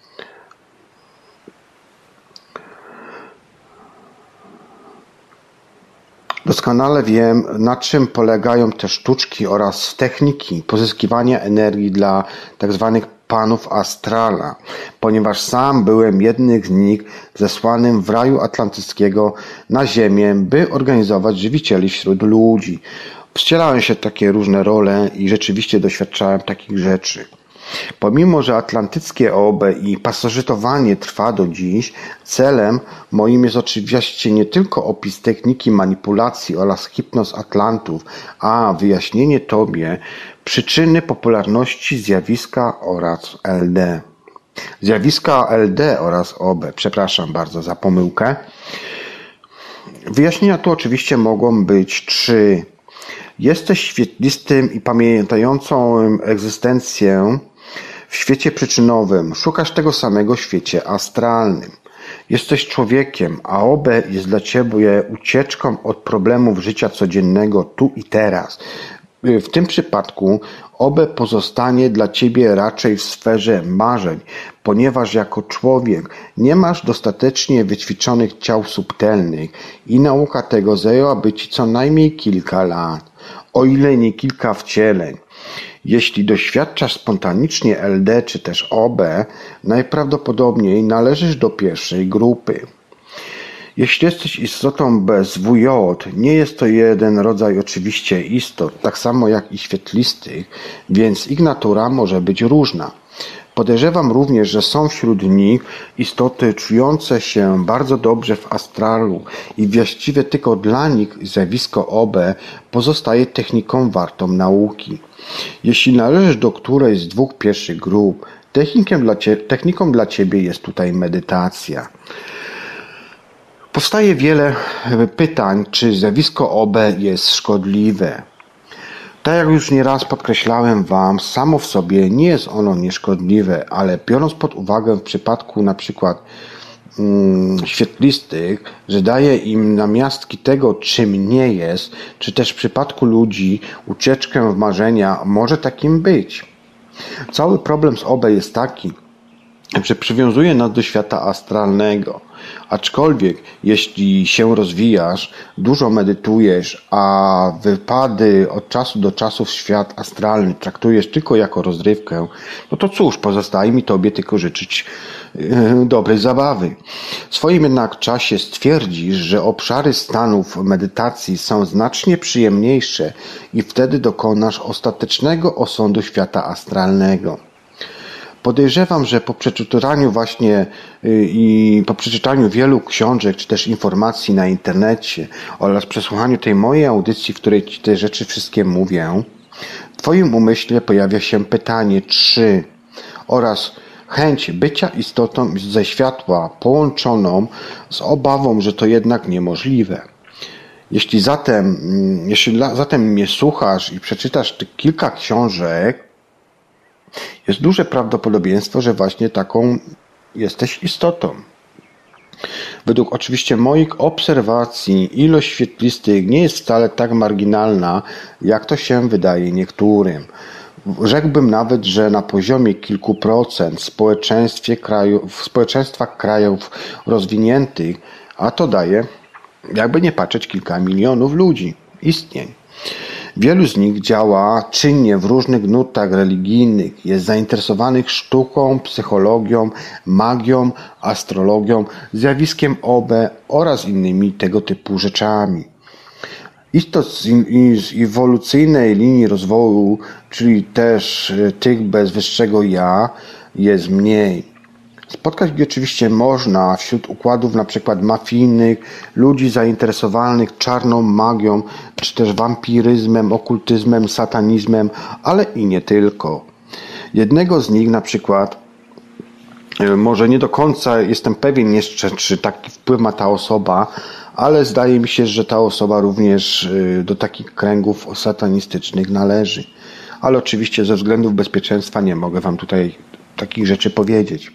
Doskonale wiem, na czym polegają te sztuczki oraz techniki pozyskiwania energii dla tzw. panów astrala, ponieważ sam byłem jednym z nich zesłanym w raju atlantyckiego na ziemię, by organizować żywicieli wśród ludzi. Wcielałem się w takie różne role i rzeczywiście doświadczałem takich rzeczy. Pomimo, że atlantyckie OB i pasożytowanie trwa do dziś, celem moim jest oczywiście nie tylko opis techniki manipulacji oraz hipnoz Atlantów, a wyjaśnienie Tobie przyczyny popularności zjawiska oraz LD. Zjawiska LD oraz OB, przepraszam bardzo za pomyłkę. Wyjaśnienia tu oczywiście mogą być 3. Jesteś świetlistym i pamiętającą egzystencję w świecie przyczynowym. Szukasz tego samego w świecie astralnym. Jesteś człowiekiem, a OB jest dla Ciebie ucieczką od problemów życia codziennego tu i teraz. W tym przypadku OB pozostanie dla Ciebie raczej w sferze marzeń, ponieważ jako człowiek nie masz dostatecznie wyćwiczonych ciał subtelnych i nauka tego zajęłaby Ci co najmniej kilka lat, o ile nie kilka wcieleń. Jeśli doświadczasz spontanicznie LD czy też OB, najprawdopodobniej należysz do pierwszej grupy. Jeśli jesteś istotą bez WJ, nie jest to jeden rodzaj oczywiście istot, tak samo jak i świetlistych, więc ich natura może być różna. Podejrzewam również, że są wśród nich istoty czujące się bardzo dobrze w astralu i właściwie tylko dla nich zjawisko OB pozostaje techniką wartą nauki. Jeśli należysz do którejś z dwóch pierwszych grup, techniką dla Ciebie jest tutaj medytacja. Powstaje wiele pytań, czy zjawisko OB jest szkodliwe. Tak jak już nieraz podkreślałem Wam, samo w sobie nie jest ono nieszkodliwe, ale biorąc pod uwagę w przypadku na przykład świetlistych, że daje im namiastki tego, czym nie jest, czy też w przypadku ludzi ucieczkę w marzenia może takim być. Cały problem z OB jest taki, że przywiązuje nas do świata astralnego. Aczkolwiek jeśli się rozwijasz, dużo medytujesz, a wypady od czasu do czasu w świat astralny traktujesz tylko jako rozrywkę, no to cóż, pozostaje mi Tobie tylko życzyć dobrej zabawy. W swoim jednak czasie stwierdzisz, że obszary stanów medytacji są znacznie przyjemniejsze i wtedy dokonasz ostatecznego osądu świata astralnego. Podejrzewam, że po przeczytaniu wielu książek czy też informacji na internecie oraz przesłuchaniu tej mojej audycji, w której Ci te rzeczy wszystkie mówię, w Twoim umyśle pojawia się pytanie, czy oraz chęć bycia istotą ze światła połączoną z obawą, że to jednak niemożliwe. Jeśli zatem mnie słuchasz i przeczytasz tych kilka książek, jest duże prawdopodobieństwo, że właśnie taką jesteś istotą. Według oczywiście moich obserwacji ilość świetlistych nie jest wcale tak marginalna, jak to się wydaje niektórym. Rzekłbym nawet, że na poziomie kilku procent w społeczeństwach krajów rozwiniętych, a to daje, jakby nie patrzeć, kilka milionów ludzi, istnień. Wielu z nich działa czynnie w różnych nurtach religijnych, jest zainteresowanych sztuką, psychologią, magią, astrologią, zjawiskiem OB oraz innymi tego typu rzeczami. Istot z ewolucyjnej linii rozwoju, czyli też tych bez wyższego ja, jest mniej. Spotkać ich oczywiście można wśród układów na przykład mafijnych, ludzi zainteresowanych czarną magią, czy też wampiryzmem, okultyzmem, satanizmem, ale i nie tylko. Jednego z nich na przykład, może nie do końca jestem pewien jeszcze, czy taki wpływ ma ta osoba, ale zdaje mi się, że ta osoba również do takich kręgów satanistycznych należy. Ale oczywiście ze względów bezpieczeństwa nie mogę Wam tutaj takich rzeczy powiedzieć.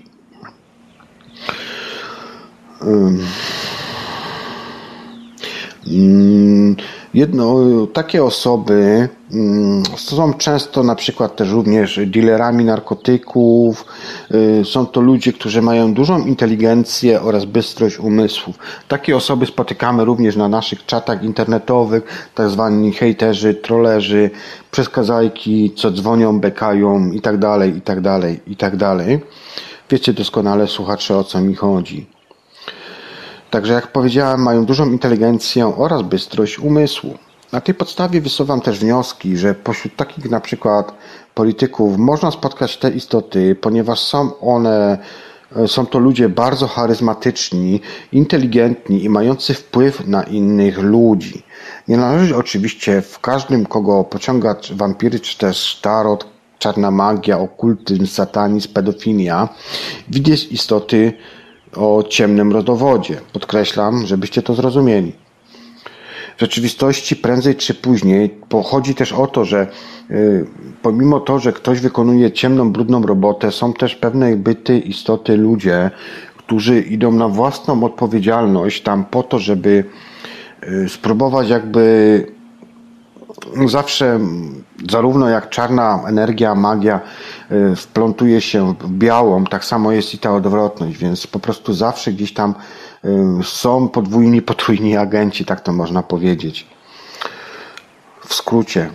Takie osoby są często na przykład też również dealerami narkotyków, są to ludzie, którzy mają dużą inteligencję oraz bystrość umysłów. Takie osoby spotykamy również na naszych czatach internetowych, tak zwani hejterzy, trollerzy, przeskazajki, co dzwonią, bekają itd. Wiecie doskonale, słuchacze, o co mi chodzi. Także jak powiedziałem, mają dużą inteligencję oraz bystrość umysłu. Na tej podstawie wysuwam też wnioski, że pośród takich na przykład polityków można spotkać te istoty, ponieważ są to ludzie bardzo charyzmatyczni, inteligentni i mający wpływ na innych ludzi. Nie należy oczywiście w każdym, kogo pociąga wampiry czy też tarot, czarna magia, okultyzm, satanizm, pedofilia, widzieć istoty o ciemnym rodowodzie. Podkreślam, żebyście to zrozumieli. W rzeczywistości prędzej czy później chodzi też o to, że pomimo to, że ktoś wykonuje ciemną, brudną robotę, są też pewne byty, istoty, ludzie, którzy idą na własną odpowiedzialność tam po to, żeby spróbować jakby zawsze, zarówno jak czarna energia, magia wplątuje się w białą, tak samo jest i ta odwrotność, więc po prostu zawsze gdzieś tam są podwójni, potrójni agenci, tak to można powiedzieć. W skrócie.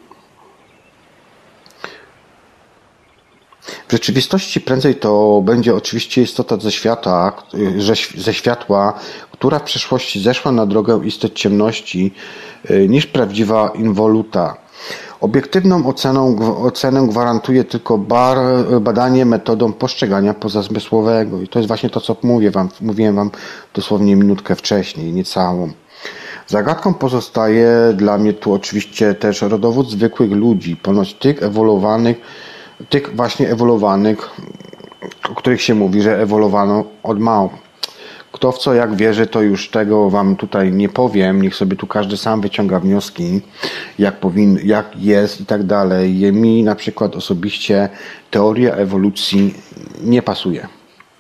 W rzeczywistości prędzej to będzie oczywiście istota ze światła, która w przeszłości zeszła na drogę istot ciemności, niż prawdziwa inwoluta. Obiektywną ocenę gwarantuje tylko badanie metodą postrzegania pozazmysłowego. I to jest właśnie to, co mówiłem wam dosłownie minutkę wcześniej, niecałą. Zagadką pozostaje dla mnie tu oczywiście też rodowód zwykłych ludzi, ponoć tych właśnie ewoluowanych, o których się mówi, że ewoluowano od małp. Kto w co jak wierzy, to już tego wam tutaj nie powiem. Niech sobie tu każdy sam wyciąga wnioski, jak jest i tak dalej. Mi na przykład osobiście teoria ewolucji nie pasuje.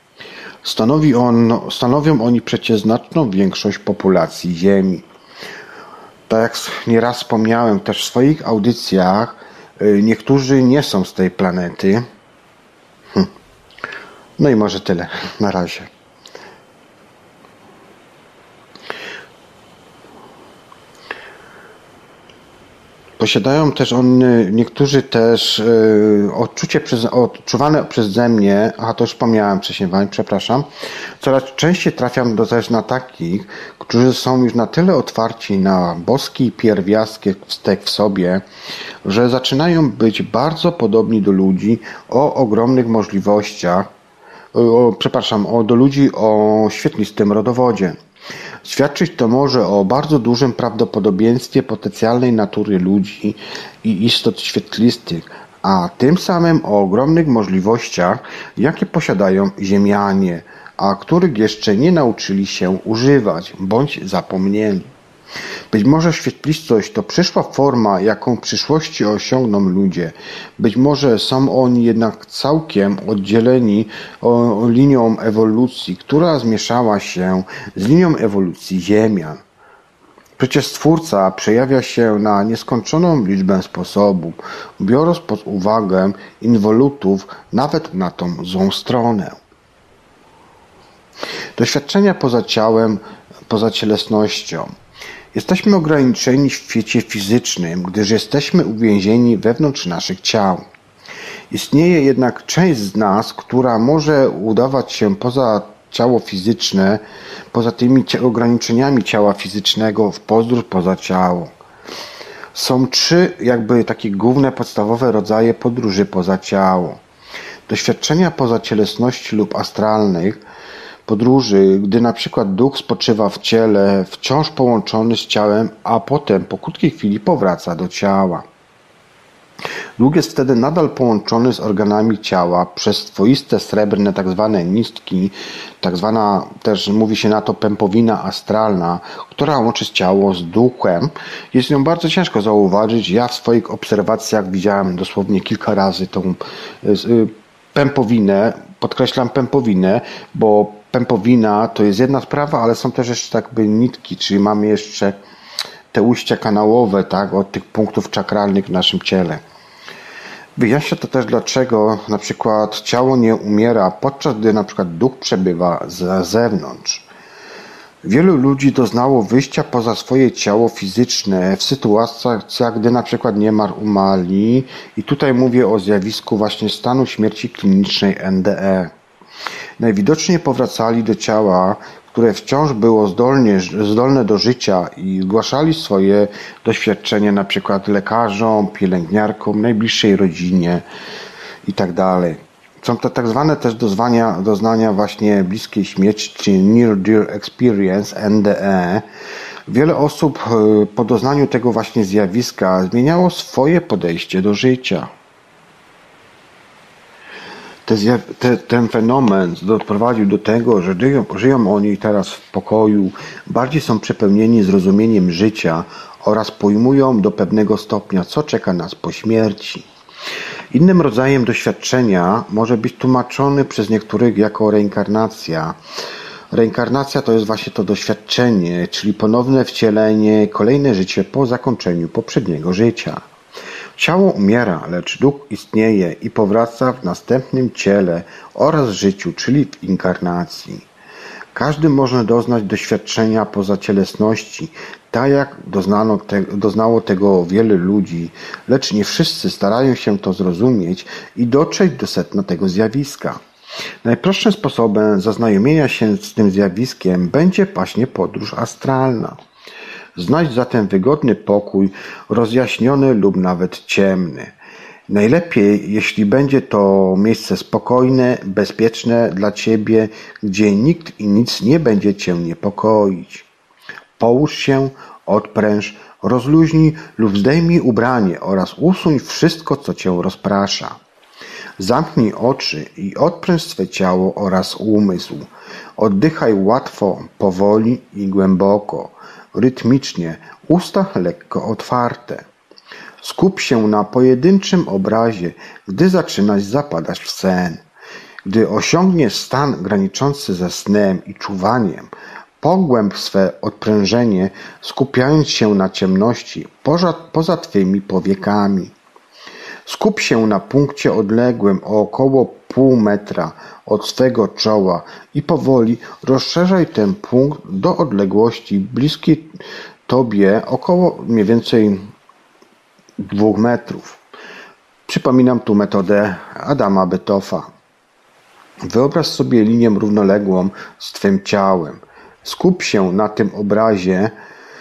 Stanowią oni przecież znaczną większość populacji Ziemi. Tak jak nieraz wspomniałem też w swoich audycjach, niektórzy nie są z tej planety. No i może tyle. Na razie. Posiadają też niektórzy też odczuwane przeze mnie, to już wspomniałem wcześniej, przepraszam, coraz częściej trafiam też na takich, którzy są już na tyle otwarci na boski pierwiastek w sobie, że zaczynają być bardzo podobni do ludzi o ogromnych możliwościach, do ludzi o świetlistym rodowodzie. Świadczyć to może o bardzo dużym prawdopodobieństwie potencjalnej natury ludzi i istot świetlistych, a tym samym o ogromnych możliwościach, jakie posiadają Ziemianie, a których jeszcze nie nauczyli się używać bądź zapomnieli. Być może świetlistość to przyszła forma, jaką w przyszłości osiągną ludzie. Być może są oni jednak całkiem oddzieleni linią ewolucji, która zmieszała się z linią ewolucji Ziemian. Przecież Stwórca przejawia się na nieskończoną liczbę sposobów, biorąc pod uwagę inwolutów nawet na tą złą stronę. Doświadczenia poza ciałem, poza cielesnością. Jesteśmy ograniczeni w świecie fizycznym, gdyż jesteśmy uwięzieni wewnątrz naszych ciał. Istnieje jednak część z nas, która może udawać się poza ciało fizyczne, poza tymi ograniczeniami ciała fizycznego w podróż poza ciało. Są trzy takie główne, podstawowe rodzaje podróży poza ciało. Doświadczenia poza cielesności lub astralnych podróży, gdy na przykład duch spoczywa w ciele, wciąż połączony z ciałem, a potem po krótkiej chwili powraca do ciała. Duch jest wtedy nadal połączony z organami ciała przez swoiste srebrne tzw. nitki, też mówi się na to pępowina astralna, która łączy ciało z duchem. Jest ją bardzo ciężko zauważyć. Ja w swoich obserwacjach widziałem dosłownie kilka razy tą pępowinę, podkreślam pępowinę, bo pępowina to jest jedna sprawa, ale są też jeszcze nitki, czyli mamy jeszcze te ujścia kanałowe, od tych punktów czakralnych w naszym ciele. Wyjaśnia to też, dlaczego na przykład ciało nie umiera, podczas gdy na przykład duch przebywa z zewnątrz. Wielu ludzi doznało wyjścia poza swoje ciało fizyczne w sytuacjach, gdy na przykład niemal umarli, i tutaj mówię o zjawisku właśnie stanu śmierci klinicznej NDE. Najwidoczniej powracali do ciała, które wciąż było zdolne do życia, i zgłaszali swoje doświadczenia na przykład lekarzom, pielęgniarkom, najbliższej rodzinie itd. Są to tak zwane też doznania właśnie bliskiej śmierci, czyli Near Death Experience, NDE. Wiele osób po doznaniu tego właśnie zjawiska zmieniało swoje podejście do życia. Ten fenomen doprowadził do tego, że żyją oni teraz w pokoju, bardziej są przepełnieni zrozumieniem życia oraz pojmują do pewnego stopnia, co czeka nas po śmierci. Innym rodzajem doświadczenia może być tłumaczony przez niektórych jako reinkarnacja. Reinkarnacja to jest właśnie to doświadczenie, czyli ponowne wcielenie, kolejne życie po zakończeniu poprzedniego życia. Ciało umiera, lecz duch istnieje i powraca w następnym ciele oraz życiu, czyli w inkarnacji. Każdy może doznać doświadczenia poza cielesności, tak jak doznało tego wielu ludzi, lecz nie wszyscy starają się to zrozumieć i dotrzeć do sedna tego zjawiska. Najprostszym sposobem zaznajomienia się z tym zjawiskiem będzie właśnie podróż astralna. Znajdź zatem wygodny pokój, rozjaśniony lub nawet ciemny. Najlepiej, jeśli będzie to miejsce spokojne, bezpieczne dla Ciebie, gdzie nikt i nic nie będzie Cię niepokoić. Połóż się, odpręż, rozluźnij lub zdejmij ubranie oraz usuń wszystko, co Cię rozprasza. Zamknij oczy i odpręż swe ciało oraz umysł. Oddychaj łatwo, powoli i głęboko, rytmicznie, usta lekko otwarte. Skup się na pojedynczym obrazie, gdy zaczynasz zapadać w sen. Gdy osiągniesz stan graniczący ze snem i czuwaniem, pogłęb swe odprężenie, skupiając się na ciemności poza Twymi powiekami. Skup się na punkcie odległym o około pół metra od swego czoła i powoli rozszerzaj ten punkt do odległości bliskiej Tobie około mniej więcej 2 metrów. Przypominam tu metodę Adama Betoffa. Wyobraź sobie linię równoległą z Twym ciałem. Skup się na tym obrazie,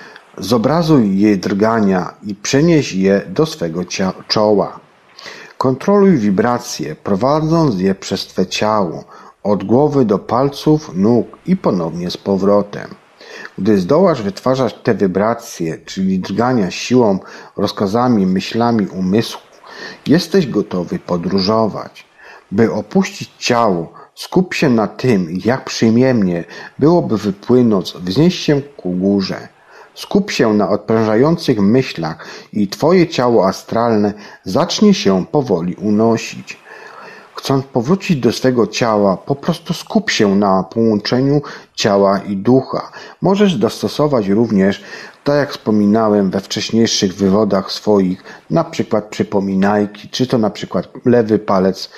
zobrazuj jej drgania i przenieś je do swego czoła. Kontroluj wibracje, prowadząc je przez Twe ciało, od głowy do palców, nóg i ponownie z powrotem. Gdy zdołasz wytwarzać te wibracje, czyli drgania siłą, rozkazami, myślami umysłu, jesteś gotowy podróżować. By opuścić ciało, skup się na tym, jak przyjemnie byłoby wypłynąć, wznieść się ku górze. Skup się na odprężających myślach i Twoje ciało astralne zacznie się powoli unosić. Chcąc powrócić do swego ciała, po prostu skup się na połączeniu ciała i ducha. Możesz dostosować również, tak jak wspominałem we wcześniejszych wywodach swoich, na przykład przypominajki, czy to na przykład lewy palec,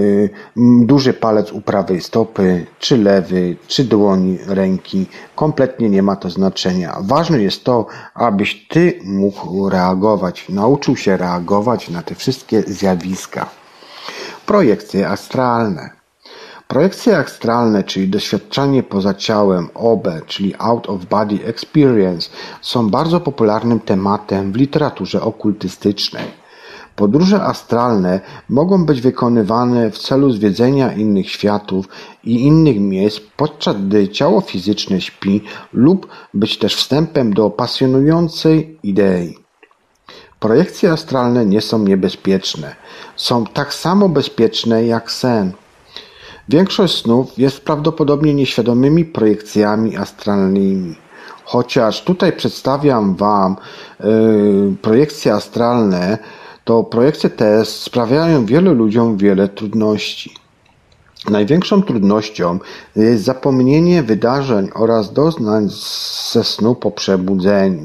duży palec u prawej stopy, czy lewy, czy dłoni ręki. Kompletnie nie ma to znaczenia. Ważne jest to, abyś Ty mógł reagować, nauczył się reagować na te wszystkie zjawiska. Projekcje astralne. Projekcje astralne, czyli doświadczanie poza ciałem, OB, czyli Out of Body Experience, są bardzo popularnym tematem w literaturze okultystycznej. Podróże astralne mogą być wykonywane w celu zwiedzenia innych światów i innych miejsc, podczas gdy ciało fizyczne śpi, lub być też wstępem do pasjonującej idei. Projekcje astralne nie są niebezpieczne. Są tak samo bezpieczne jak sen. Większość snów jest prawdopodobnie nieświadomymi projekcjami astralnymi. Chociaż tutaj przedstawiam Wam projekcje astralne, to projekcje te sprawiają wielu ludziom wiele trudności. Największą trudnością jest zapomnienie wydarzeń oraz doznań ze snu po przebudzeniu.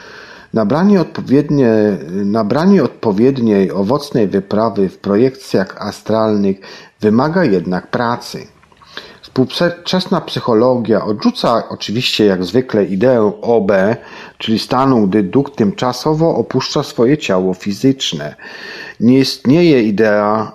Nabranie odpowiedniej, owocnej wyprawy w projekcjach astralnych wymaga jednak pracy. Współczesna psychologia odrzuca oczywiście jak zwykle ideę OB, czyli stanu, gdy duch tymczasowo opuszcza swoje ciało fizyczne. Nie istnieje idea,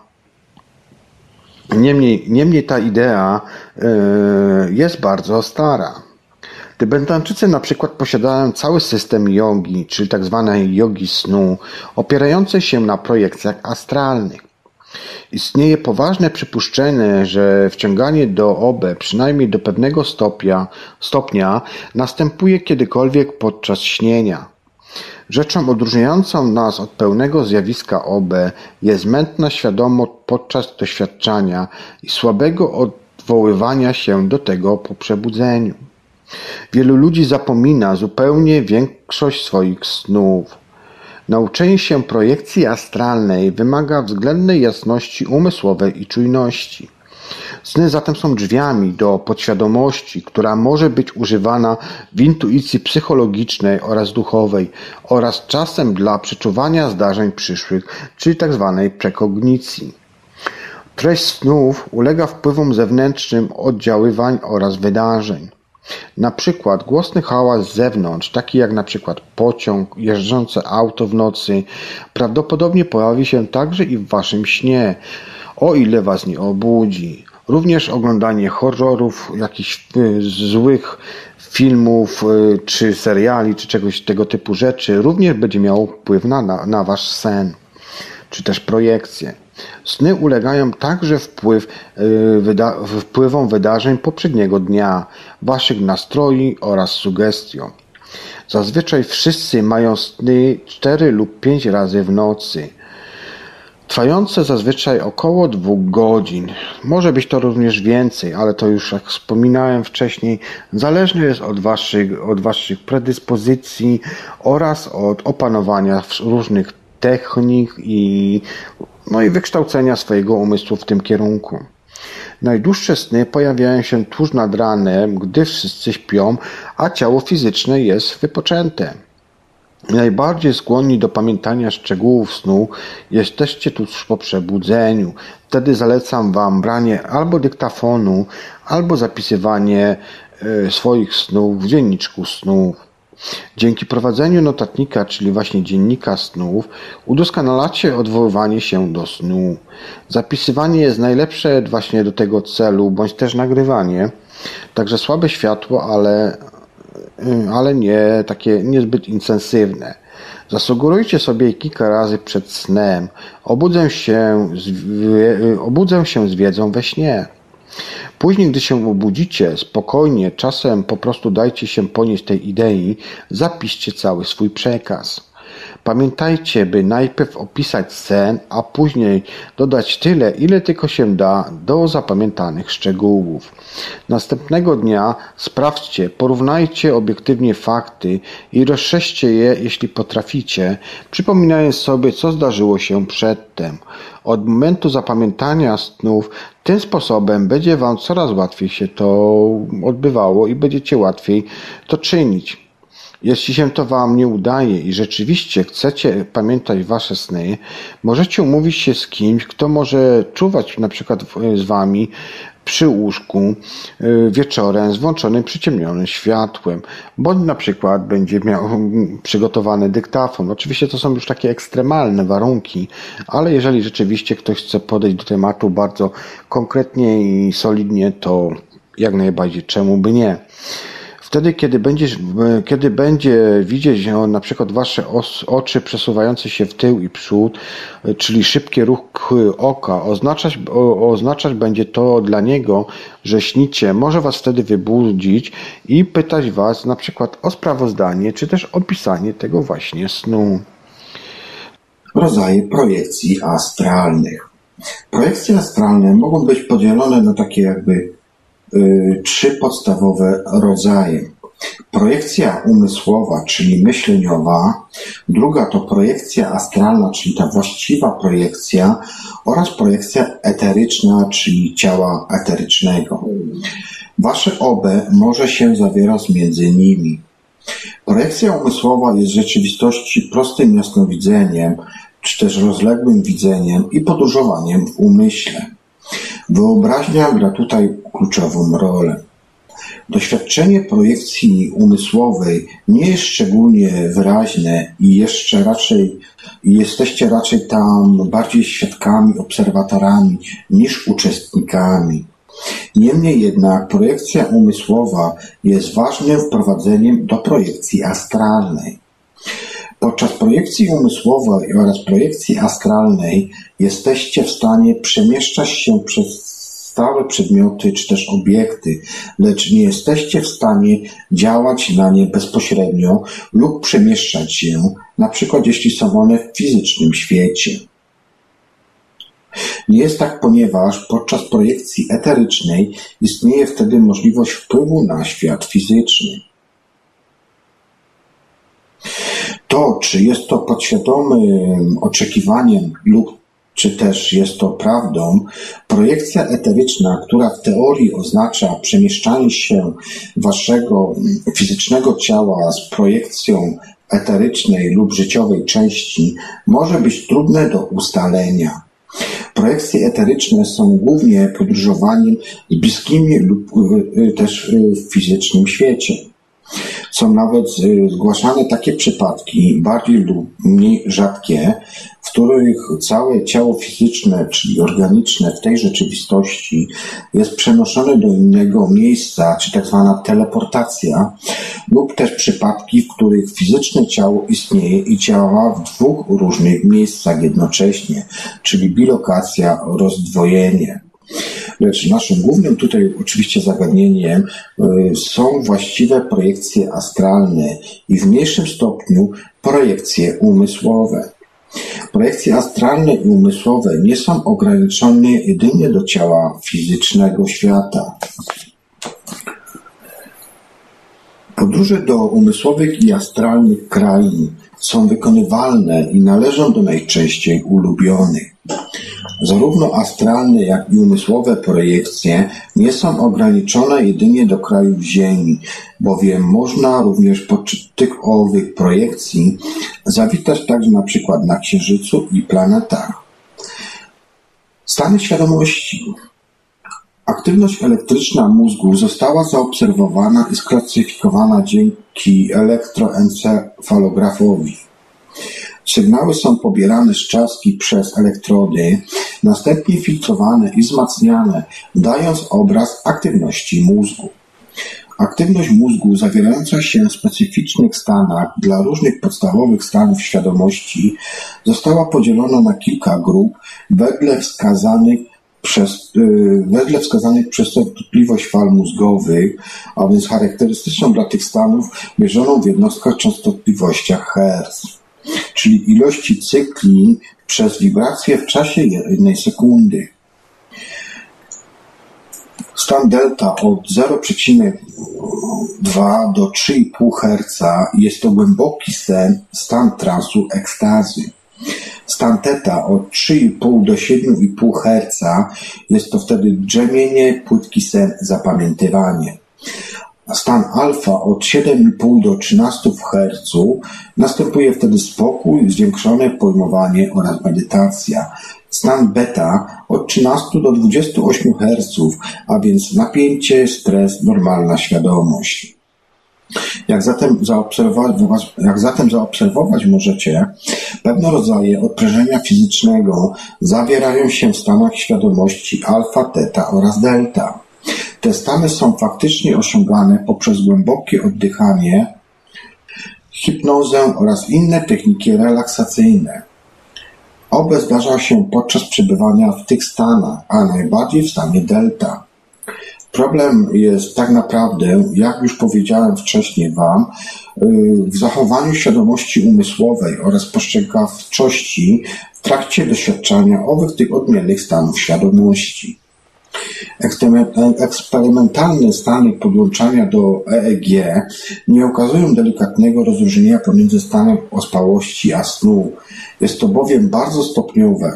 niemniej ta idea jest bardzo stara. Tybetańczycy na przykład posiadają cały system jogi, czyli tzw. jogi snu, opierającej się na projekcjach astralnych. Istnieje poważne przypuszczenie, że wciąganie do OB przynajmniej do pewnego stopnia następuje kiedykolwiek podczas śnienia. Rzeczą odróżniającą nas od pełnego zjawiska OB jest mętna świadomość podczas doświadczania i słabego odwoływania się do tego po przebudzeniu. Wielu ludzi zapomina zupełnie większość swoich snów. Nauczenie się projekcji astralnej wymaga względnej jasności umysłowej i czujności. Sny zatem są drzwiami do podświadomości, która może być używana w intuicji psychologicznej oraz duchowej oraz czasem dla przeczuwania zdarzeń przyszłych, czyli tzw. prekognicji. Treść snów ulega wpływom zewnętrznym oddziaływań oraz wydarzeń. Na przykład głośny hałas z zewnątrz, taki jak na przykład pociąg, jeżdżące auto w nocy, prawdopodobnie pojawi się także i w waszym śnie, o ile was nie obudzi. Również oglądanie horrorów, jakichś złych filmów, czy seriali, czy czegoś tego typu rzeczy również będzie miało wpływ na wasz sen, czy też projekcje. Sny ulegają także wpływom wydarzeń poprzedniego dnia, waszych nastroi oraz sugestiom. Zazwyczaj wszyscy mają sny 4 lub 5 razy w nocy, trwające zazwyczaj około 2 godzin. Może być to również więcej, ale to już, jak wspominałem wcześniej, zależne jest od waszych predyspozycji oraz od opanowania różnych technik i wykształcenia swojego umysłu w tym kierunku. Najdłuższe sny pojawiają się tuż nad ranem, gdy wszyscy śpią, a ciało fizyczne jest wypoczęte. Najbardziej skłonni do pamiętania szczegółów snu jesteście tuż po przebudzeniu. Wtedy zalecam wam branie albo dyktafonu, albo zapisywanie swoich snów w dzienniczku snów. Dzięki prowadzeniu notatnika, czyli właśnie dziennika snów, udoskonalacie odwoływanie się do snu. Zapisywanie jest najlepsze właśnie do tego celu, bądź też nagrywanie. Także słabe światło, ale nie takie niezbyt intensywne. Zasugerujcie sobie kilka razy przed snem. Obudzę się z wiedzą we śnie. Później, gdy się obudzicie, spokojnie, czasem po prostu dajcie się ponieść tej idei, zapiszcie cały swój przekaz. Pamiętajcie, by najpierw opisać sen, a później dodać tyle, ile tylko się da do zapamiętanych szczegółów. Następnego dnia sprawdźcie, porównajcie obiektywnie fakty i rozszerzcie je, jeśli potraficie, przypominając sobie, co zdarzyło się przedtem. Od momentu zapamiętania snów tym sposobem będzie wam coraz łatwiej się to odbywało i będziecie łatwiej to czynić. Jeśli się to wam nie udaje i rzeczywiście chcecie pamiętać wasze sny, możecie umówić się z kimś, kto może czuwać na przykład z wami przy łóżku wieczorem z włączonym przyciemnionym światłem, bądź na przykład będzie miał przygotowany dyktafon. Oczywiście to są już takie ekstremalne warunki, ale jeżeli rzeczywiście ktoś chce podejść do tematu bardzo konkretnie i solidnie, to jak najbardziej, czemu by nie. Wtedy, kiedy będzie widzieć na przykład wasze oczy przesuwające się w tył i przód, czyli szybki ruch oka, oznaczać będzie to dla niego, że śnicie, może was wtedy wybudzić i pytać was na przykład o sprawozdanie, czy też opisanie tego właśnie snu. Rodzaje projekcji astralnych. Projekcje astralne mogą być podzielone na takie jakby 3 podstawowe rodzaje. Projekcja umysłowa, czyli myśleniowa, druga to projekcja astralna, czyli ta właściwa projekcja, oraz projekcja eteryczna, czyli ciała eterycznego. Wasze obe może się zawierać między nimi. Projekcja umysłowa jest w rzeczywistości prostym jasnowidzeniem, czy też rozległym widzeniem i podróżowaniem w umyśle. Wyobraźnia gra tutaj kluczową rolę. Doświadczenie projekcji umysłowej nie jest szczególnie wyraźne i jesteście raczej tam bardziej świadkami, obserwatorami niż uczestnikami. Niemniej jednak projekcja umysłowa jest ważnym wprowadzeniem do projekcji astralnej. Podczas projekcji umysłowej oraz projekcji astralnej jesteście w stanie przemieszczać się przez stałe przedmioty czy też obiekty, lecz nie jesteście w stanie działać na nie bezpośrednio lub przemieszczać się, na przykład jeśli są one w fizycznym świecie. Nie jest tak, ponieważ podczas projekcji eterycznej istnieje wtedy możliwość wpływu na świat fizyczny. To, czy jest to podświadomym oczekiwaniem lub czy też jest to prawdą, projekcja eteryczna, która w teorii oznacza przemieszczanie się waszego fizycznego ciała z projekcją eterycznej lub życiowej części, może być trudne do ustalenia. Projekcje eteryczne są głównie podróżowaniem z bliskimi lub też w fizycznym świecie. Są nawet zgłaszane takie przypadki, bardziej lub mniej rzadkie, w których całe ciało fizyczne, czyli organiczne w tej rzeczywistości jest przenoszone do innego miejsca, czy tak zwana teleportacja, lub też przypadki, w których fizyczne ciało istnieje i działa w dwóch różnych miejscach jednocześnie, czyli bilokacja, rozdwojenie. Lecz naszym głównym tutaj oczywiście zagadnieniem są właściwe projekcje astralne i w mniejszym stopniu projekcje umysłowe. Projekcje astralne i umysłowe nie są ograniczone jedynie do ciała fizycznego świata. Podróże do umysłowych i astralnych krain są wykonywalne i należą do najczęściej ulubionych. Zarówno astralne, jak i umysłowe projekcje nie są ograniczone jedynie do krajów Ziemi, bowiem można również podczas tych owych projekcji zawitać także na przykład na Księżycu i planetach. Stany świadomości. Aktywność elektryczna mózgu została zaobserwowana i sklasyfikowana dzięki elektroencefalografowi. Sygnały są pobierane z czaszki przez elektrody, następnie filtrowane i wzmacniane, dając obraz aktywności mózgu. Aktywność mózgu zawierająca się w specyficznych stanach dla różnych podstawowych stanów świadomości została podzielona na kilka grup wedle wskazanych przez częstotliwość fal mózgowych, a więc charakterystyczną dla tych stanów mierzoną w jednostkach częstotliwościach Hertz, czyli ilości cykli przez wibrację w czasie 1 sekundy. Stan delta od 0,2 do 3,5 Hz jest to głęboki sen, stan transu ekstazy. Stan teta od 3,5 do 7,5 Hz jest to wtedy drzemienie, płytki sen, zapamiętywanie. Stan alfa od 7,5 do 13 Hz następuje wtedy spokój, zwiększone pojmowanie oraz medytacja. Stan beta od 13 do 28 Hz, a więc napięcie, stres, normalna świadomość. Jak zatem zaobserwować możecie, pewne rodzaje odprężenia fizycznego zawierają się w stanach świadomości alfa, teta oraz delta. Te stany są faktycznie osiągane poprzez głębokie oddychanie, hipnozę oraz inne techniki relaksacyjne. Obe zdarza się podczas przebywania w tych stanach, a najbardziej w stanie delta. Problem jest tak naprawdę, jak już powiedziałem wcześniej Wam, w zachowaniu świadomości umysłowej oraz postrzegawczości w trakcie doświadczania tych odmiennych stanów świadomości. Eksperymentalne stany podłączania do EEG nie ukazują delikatnego rozróżnienia pomiędzy stanem ospałości a snu. Jest to bowiem bardzo stopniowe.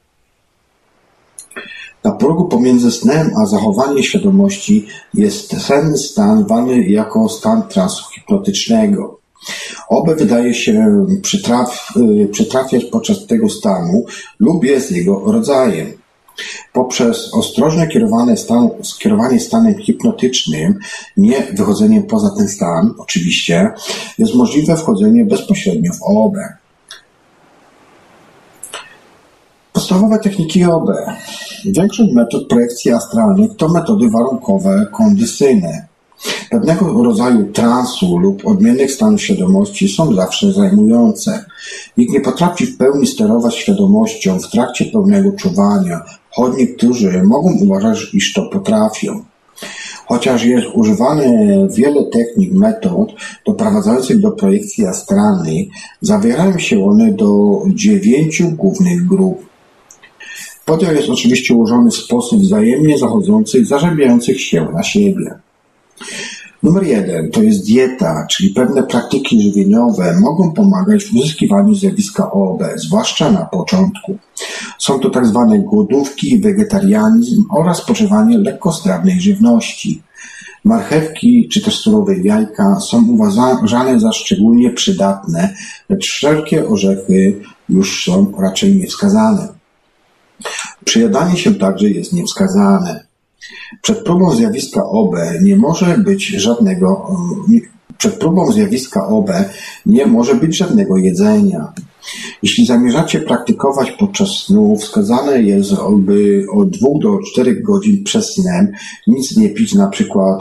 Na progu pomiędzy snem a zachowaniem świadomości jest senny stan zwany jako stan transu hipnotycznego. Oby wydaje się przytrafiać podczas tego stanu lub jest jego rodzajem. Poprzez ostrożne skierowanie stanem hipnotycznym, nie wychodzeniem poza ten stan, oczywiście, jest możliwe wchodzenie bezpośrednio w OB. Podstawowe techniki OB. Większość metod projekcji astralnych to metody warunkowe kondycyjne. Pewnego rodzaju transu lub odmiennych stanów świadomości są zawsze zajmujące. Nikt nie potrafi w pełni sterować świadomością w trakcie pełnego czuwania, choć niektórzy mogą uważać, iż to potrafią. Chociaż jest używane wiele technik, metod doprowadzających do projekcji astralnej, zawierają się one do 9 głównych grup. Podział jest oczywiście ułożony w sposób wzajemnie zachodzących, zazębiających się na siebie. Numer 1 to jest dieta, czyli pewne praktyki żywieniowe mogą pomagać w uzyskiwaniu zjawiska OOB, zwłaszcza na początku. Są to tak zwane głodówki, wegetarianizm oraz spożywanie lekkostrawnej żywności. Marchewki czy też surowe jajka są uważane za szczególnie przydatne, lecz wszelkie orzechy już są raczej niewskazane. Przyjadanie się także jest niewskazane. Przed próbą zjawiska OB nie może być żadnego Przed próbą zjawiska OB nie może być żadnego jedzenia. Jeśli zamierzacie praktykować podczas snu, wskazane jest, by od 2 do 4 godzin przed snem nic nie pić, na przykład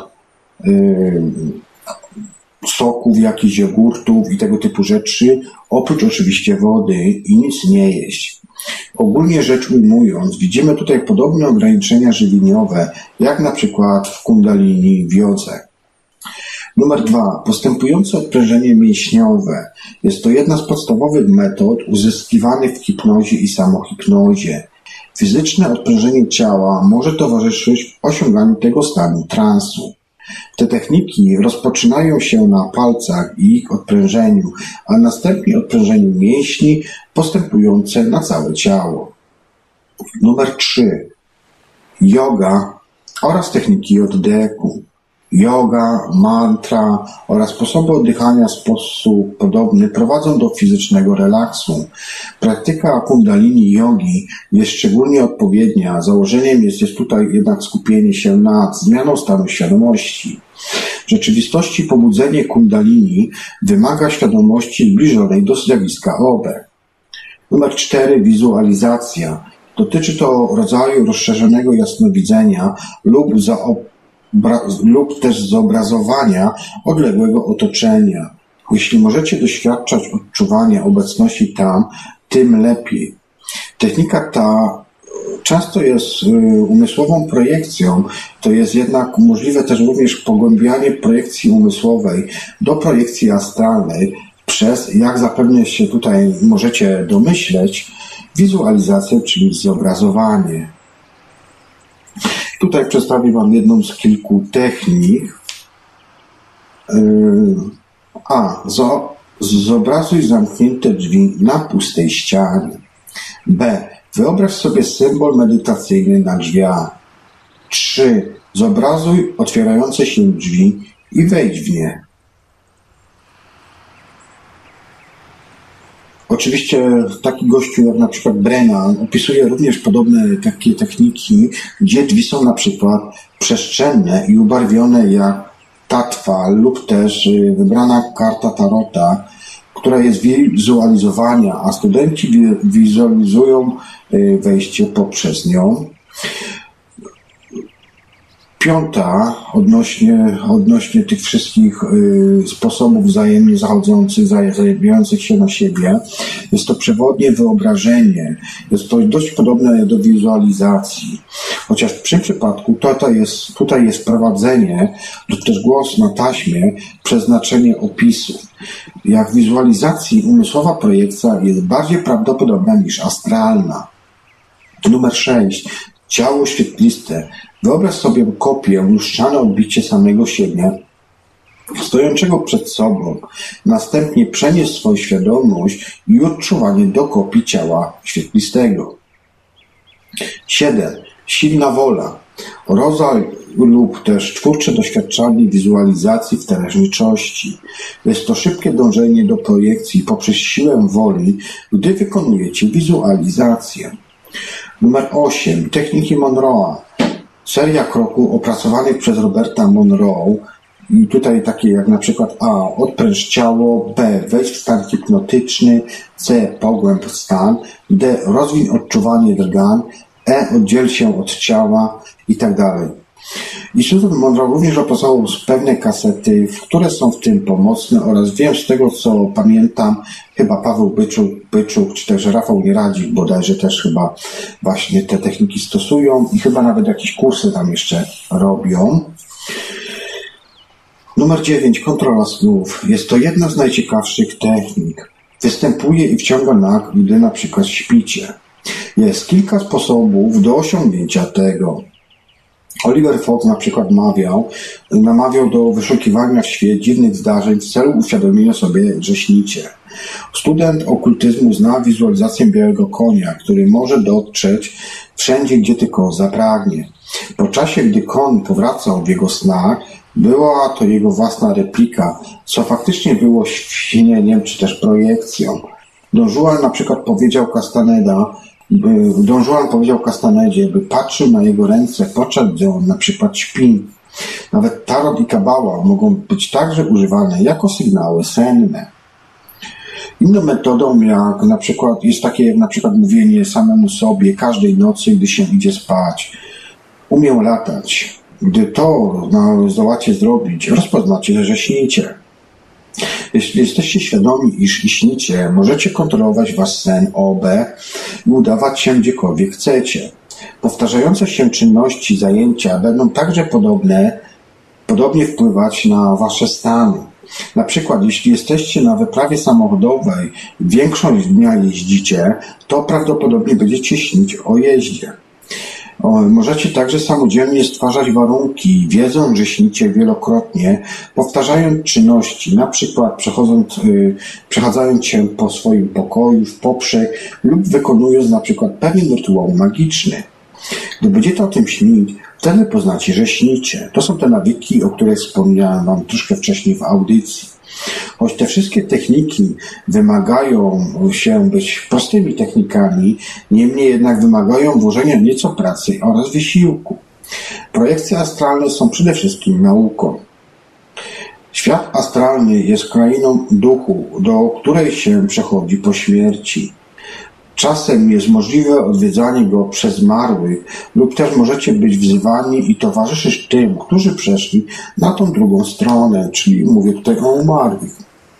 soków, jakichś jogurtów i tego typu rzeczy, oprócz oczywiście wody, i nic nie jeść. Ogólnie rzecz ujmując, widzimy tutaj podobne ograniczenia żywieniowe, jak na przykład w kundalini, w jodze. Numer 2. Postępujące odprężenie mięśniowe. Jest to jedna z podstawowych metod uzyskiwanych w hipnozie i samohipnozie. Fizyczne odprężenie ciała może towarzyszyć osiąganiu tego stanu transu. Te techniki rozpoczynają się na palcach i ich odprężeniu, a następnie odprężeniu mięśni postępujące na całe ciało. Numer 3. Yoga oraz techniki oddechu. Yoga, mantra oraz sposoby oddychania w sposób podobny prowadzą do fizycznego relaksu. Praktyka kundalini jogi jest szczególnie odpowiednia. Założeniem jest tutaj jednak skupienie się nad zmianą stanu świadomości. W rzeczywistości pobudzenie kundalini wymaga świadomości zbliżonej do zjawiska OB. Numer 4. Wizualizacja. Dotyczy to rodzaju rozszerzonego jasnowidzenia lub też zobrazowania odległego otoczenia. Jeśli możecie doświadczać odczuwania obecności tam, tym lepiej. Technika ta często jest umysłową projekcją, to jest jednak możliwe też również pogłębianie projekcji umysłowej do projekcji astralnej przez, jak zapewne się tutaj możecie domyśleć, wizualizację, czyli zobrazowanie. Tutaj przedstawię Wam jedną z kilku technik. A. Zobrazuj zamknięte drzwi na pustej ścianie. B. Wyobraź sobie symbol medytacyjny na drzwiach. 3. Zobrazuj otwierające się drzwi i wejdź w nie. Oczywiście taki gościu jak na przykład Brennan opisuje również podobne takie techniki, gdzie drzwi są na przykład przestrzenne i ubarwione jak tatwa lub też wybrana karta tarota, która jest wizualizowania, a studenci wizualizują wejście poprzez nią. 5. Odnośnie tych wszystkich sposobów wzajemnie zachodzących, zajmujących się na siebie, jest to przewodnie wyobrażenie. Jest to dość podobne do wizualizacji. Chociaż w tym przypadku tutaj jest prowadzenie lub też głos na taśmie, przeznaczenie opisów. Jak w wizualizacji umysłowa projekcja jest bardziej prawdopodobna niż astralna. Numer 6. Ciało świetliste. Wyobraź sobie kopię, lustrzane odbicie samego siebie, stojącego przed sobą. Następnie przenieś swoją świadomość i odczuwanie do kopii ciała świetlistego. 7. Silna wola. Rodzaj lub też twórcze doświadczanie wizualizacji w teraźniejszości. Jest to szybkie dążenie do projekcji poprzez siłę woli, gdy wykonujecie wizualizację. Numer 8. Techniki Monroe'a. Seria kroków opracowanych przez Roberta Monroe. I tutaj takie jak na przykład A. Odpręż ciało, B. Wejdź w stan hipnotyczny, C. Pogłęb stan, D. Rozwiń odczuwanie drgań, E. Oddziel się od ciała i tak dalej. Instytut Monroe również opracował pewne kasety, które są w tym pomocne oraz wiem z tego, co pamiętam, chyba Paweł Byczuk czy też Rafał Nieradzik bodajże też chyba właśnie te techniki stosują i chyba nawet jakieś kursy tam jeszcze robią. Numer 9. Kontrola snów. Jest to jedna z najciekawszych technik. Występuje i wciąga nas, gdy na przykład śpicie. Jest kilka sposobów do osiągnięcia tego. Oliver Fox na przykład namawiał do wyszukiwania w śnie dziwnych zdarzeń w celu uświadomienia sobie, że śnicie. Student okultyzmu zna wizualizację białego konia, który może dotrzeć wszędzie, gdzie tylko zapragnie. Po czasie, gdy koń powracał w jego snach, była to jego własna replika, co faktycznie było śnieniem czy też projekcją. Don Juan na przykład powiedział Castanedzie, by patrzył na jego ręce, podczas gdy on na przykład śpi. Nawet tarot i kabała mogą być także używane jako sygnały senne. Inną metodą jak na przykład jest takie jak na przykład mówienie samemu sobie każdej nocy, gdy się idzie spać. Umiem latać. Gdy to zdołacie zrobić, rozpoznacie, że śnicie. Jeśli jesteście świadomi, iż śnicie, możecie kontrolować wasz sen OB i udawać się gdziekolwiek chcecie. Powtarzające się czynności, zajęcia będą także podobnie wpływać na wasze stany. Na przykład, jeśli jesteście na wyprawie samochodowej i większość dnia jeździcie, to prawdopodobnie będziecie śnić o jeździe. Możecie także samodzielnie stwarzać warunki, wiedząc, że śnicie wielokrotnie, powtarzając czynności, na przykład przechadzając się po swoim pokoju w poprzek lub wykonując na przykład pewien rytuał magiczny. Gdy będziecie o tym śnić, wtedy poznacie, że śnicie. To są te nawyki, o których wspomniałem wam troszkę wcześniej w audycji. Choć te wszystkie techniki wymagają się być prostymi technikami, niemniej jednak wymagają włożenia nieco pracy oraz wysiłku. Projekcje astralne są przede wszystkim nauką. Świat astralny jest krainą duchu, do której się przechodzi po śmierci. Czasem jest możliwe odwiedzanie go przez zmarłych lub też możecie być wzywani i towarzyszyć tym, którzy przeszli na tą drugą stronę, czyli mówię tutaj o umarłych.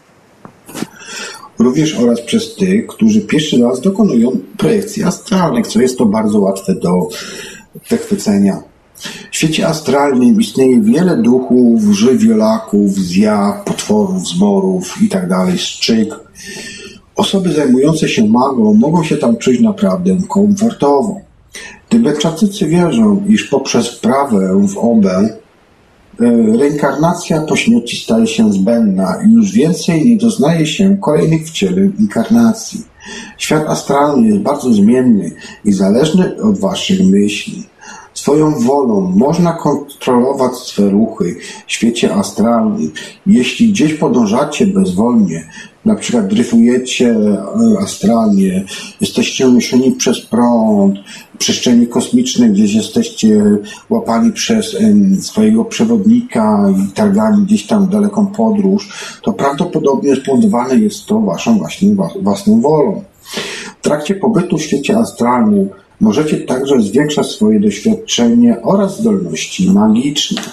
Również oraz przez tych, którzy pierwszy raz dokonują projekcji astralnych, co jest to bardzo łatwe do wychwycenia. W świecie astralnym istnieje wiele duchów, żywiolaków, zjaw, potworów, zmorów itd., szczyk. Osoby zajmujące się magią mogą się tam czuć naprawdę komfortowo. Tybetczycy wierzą, iż poprzez wprawę w OB reinkarnacja po śmierci staje się zbędna i już więcej nie doznaje się kolejnych wcieleń inkarnacji. Świat astralny jest bardzo zmienny i zależny od waszych myśli. Swoją wolą można kontrolować swe ruchy w świecie astralnym. Jeśli gdzieś podążacie bezwolnie, na przykład dryfujecie astralnie, jesteście uniesieni przez prąd, przestrzeni kosmicznej, gdzieś jesteście łapani przez swojego przewodnika i targani gdzieś tam w daleką podróż, to prawdopodobnie spowodowane jest to waszą właśnie własną wolą. W trakcie pobytu w świecie astralnym możecie także zwiększać swoje doświadczenie oraz zdolności magiczne.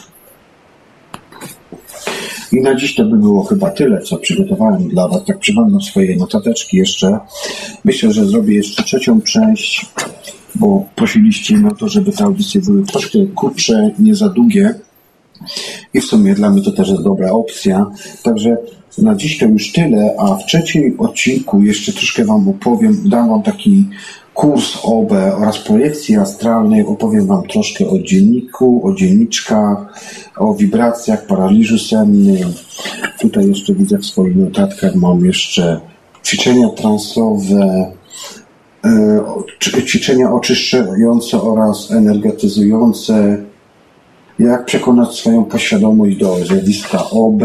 I na dziś to by było chyba tyle, co przygotowałem dla was. Tak przyglądam swoje notateczki jeszcze. Myślę, że zrobię jeszcze trzecią część, bo prosiliście mnie o to, żeby te audycje były troszkę krótsze, nie za długie. I w sumie dla mnie to też jest dobra opcja. Także na dziś to już tyle, a w trzecim odcinku jeszcze troszkę wam opowiem, dam wam taki kurs OB oraz projekcji astralnej, opowiem wam troszkę o dzienniku, o dzienniczkach, o wibracjach, paraliżu sennym. Tutaj jeszcze widzę w swoich notatkach, mam jeszcze ćwiczenia transowe, ćwiczenia oczyszczające oraz energetyzujące, jak przekonać swoją podświadomość do zjawiska OB.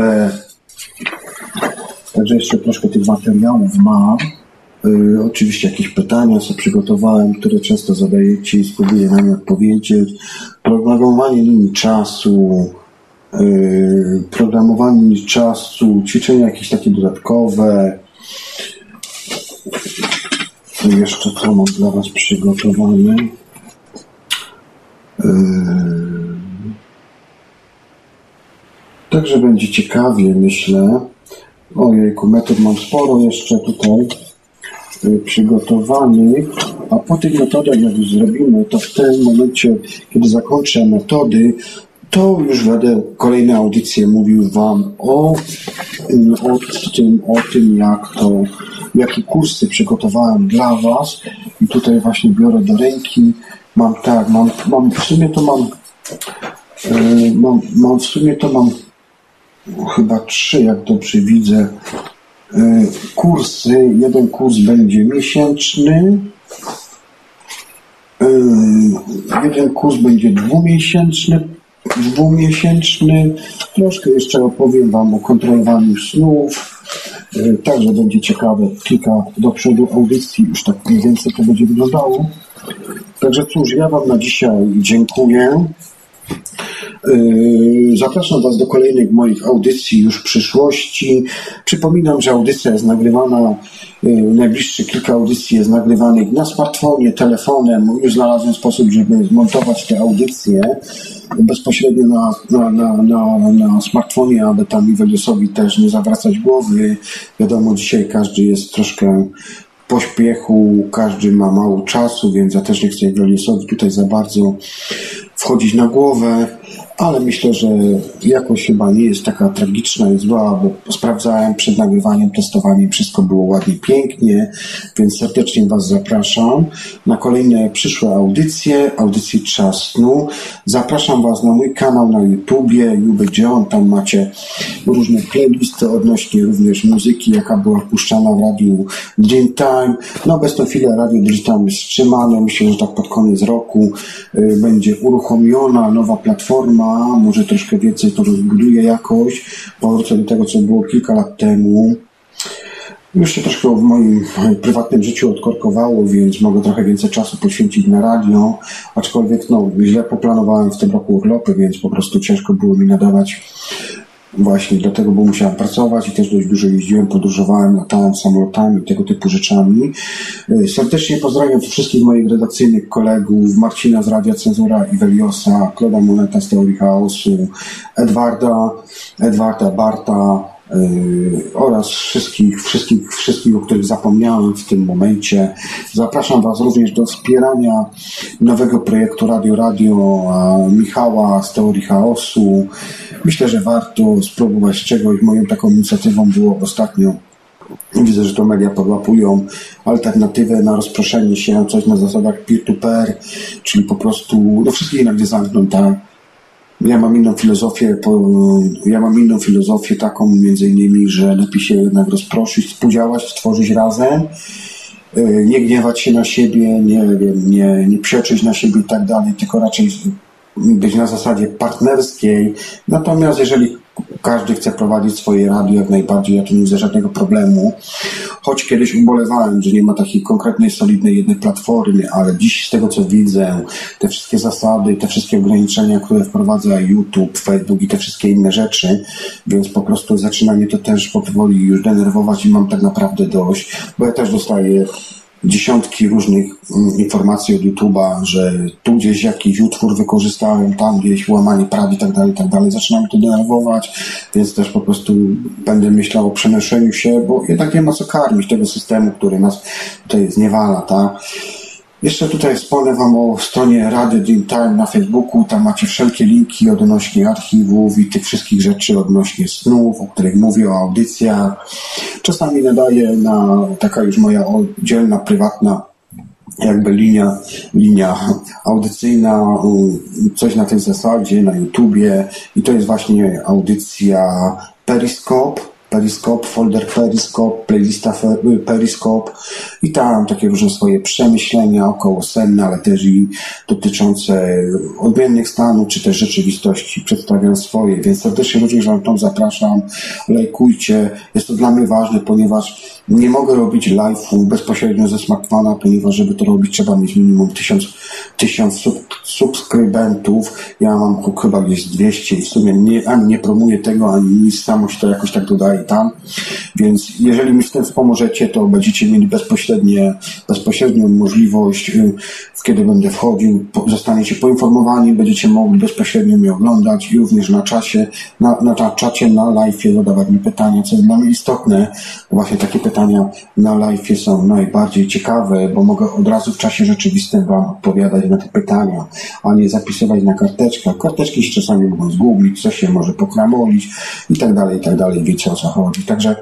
Także jeszcze troszkę tych materiałów mam. Oczywiście jakieś pytania sobie przygotowałem, które często zadajecie i spróbuję na nie odpowiedzieć. Programowanie linii czasu, ćwiczenia jakieś takie dodatkowe. Jeszcze co mam dla was przygotowane. Także będzie ciekawie, myślę. Ojejku, metod mam sporo jeszcze tutaj przygotowanych, a po tych metodach, jak już zrobimy, to w tym momencie, kiedy zakończę metody, to już będę kolejne audycje mówił wam o tym, jakie kursy przygotowałem dla was. I tutaj właśnie biorę do ręki. Mam chyba 3, jak dobrze widzę, kursy. Jeden kurs będzie miesięczny, jeden kurs będzie dwumiesięczny. Troszkę jeszcze opowiem wam o kontrolowaniu snów. Także będzie ciekawe, kilka do przodu audycji, już tak mniej więcej to będzie wyglądało. Także cóż, ja wam na dzisiaj dziękuję Zapraszam Was do kolejnych moich audycji już w przyszłości. Przypominam, że audycja jest nagrywana, najbliższe kilka audycji jest nagrywanych na smartfonie, telefonem. Już znalazłem sposób, żeby zmontować te audycje bezpośrednio na smartfonie, aby tam Iweliosowi też nie zawracać głowy. Wiadomo, dzisiaj każdy jest troszkę w pośpiechu, każdy ma mało czasu, więc ja też nie chcę Iweliosowi tutaj za bardzo wchodzić na głowę, ale myślę, że jakoś chyba nie jest taka tragiczna i zła, bo sprawdzałem przed nagrywaniem, testowaniem, wszystko było ładnie, pięknie, więc serdecznie Was zapraszam na kolejne przyszłe audycje Czas Snu. Zapraszam Was na mój kanał na YouTubie, Juby John, tam macie różne playlisty odnośnie również muzyki, jaka była puszczana w radiu Dreamtime. No bez tą chwilę radio Dreamtime jest wstrzymane, myślę, że tak pod koniec roku będzie uruchomiona nowa platforma, może troszkę więcej to rozbuduje jakoś, powrócę do tego, co było kilka lat temu. Już się troszkę w moim prywatnym życiu odkorkowało, więc mogę trochę więcej czasu poświęcić na radio, aczkolwiek źle poplanowałem w tym roku urlopy, więc po prostu ciężko było mi nadawać właśnie dlatego, bo musiałem pracować i też dość dużo jeździłem, podróżowałem, latałem samolotami, tego typu rzeczami. Serdecznie pozdrawiam wszystkich moich redakcyjnych kolegów, Marcina z Radia Cenzura, Iweliosa, Kloda Moneta z Teorii Chaosu, Edwarda Barta oraz wszystkich, o których zapomniałem w tym momencie. Zapraszam Was również do wspierania nowego projektu Radio Michała z Teorii Chaosu. Myślę, że warto spróbować czegoś. Moją taką inicjatywą było ostatnio, widzę, że to media podłapują, alternatywę na rozproszenie się, coś na zasadach peer-to-peer, czyli po prostu wszystkich jednak nie zamkną, tak? Ja mam inną filozofię taką między innymi, że lepiej się jednak rozproszyć, współdziałać, stworzyć razem, nie gniewać się na siebie, nie psioczyć na siebie i tak dalej, tylko raczej być na zasadzie partnerskiej. Natomiast jeżeli każdy chce prowadzić swoje radio, jak najbardziej, ja tu nie widzę żadnego problemu. Choć kiedyś ubolewałem, że nie ma takiej konkretnej, solidnej jednej platformy, ale dziś z tego, co widzę, te wszystkie zasady, te wszystkie ograniczenia, które wprowadza YouTube, Facebook i te wszystkie inne rzeczy, więc po prostu zaczyna mnie to też powoli już denerwować i mam tak naprawdę dość, bo ja też dostaję dziesiątki różnych informacji od YouTube'a, że tu gdzieś jakiś utwór wykorzystałem, tam gdzieś łamanie praw i tak dalej. Zaczyna mnie to denerwować, więc też po prostu będę myślał o przenoszeniu się, bo jednak nie ma co karmić tego systemu, który nas tutaj zniewala, tak? Jeszcze tutaj wspomnę Wam o stronie Radio Dreamtime na Facebooku, tam macie wszelkie linki odnośnie archiwów i tych wszystkich rzeczy odnośnie snów, o których mówię, o audycjach. Czasami nadaję na taka już moja oddzielna, prywatna jakby linia audycyjna, coś na tej zasadzie, na YouTubie i to jest właśnie audycja Periscope, folder Periscope, playlista Periscope i tam takie różne swoje przemyślenia okołosenne, ale też i dotyczące odmiennych stanów, czy też rzeczywistości przedstawiam swoje, więc serdecznie również Wam tam zapraszam, lajkujcie, jest to dla mnie ważne, ponieważ nie mogę robić live'u bezpośrednio ze smartfona, ponieważ żeby to robić trzeba mieć minimum 1000 subskrybentów, ja mam chyba gdzieś 200 i w sumie ani nie promuję tego, ani nic, samo się to jakoś tak dodaje tam, więc jeżeli mi w tym wspomożecie, to będziecie mieli bezpośrednią możliwość, kiedy będę wchodził, zostaniecie poinformowani, będziecie mogli bezpośrednio mnie oglądać i również na czacie, na live'ie zadawać mi pytania, co jest dla mnie istotne. Właśnie takie pytania na live'ie są najbardziej ciekawe, bo mogę od razu w czasie rzeczywistym Wam odpowiadać na te pytania, a nie zapisywać na karteczkach. Karteczki się czasami mogą zgubić, coś się może pokramolić i tak dalej, wiecie o co chodzi. Także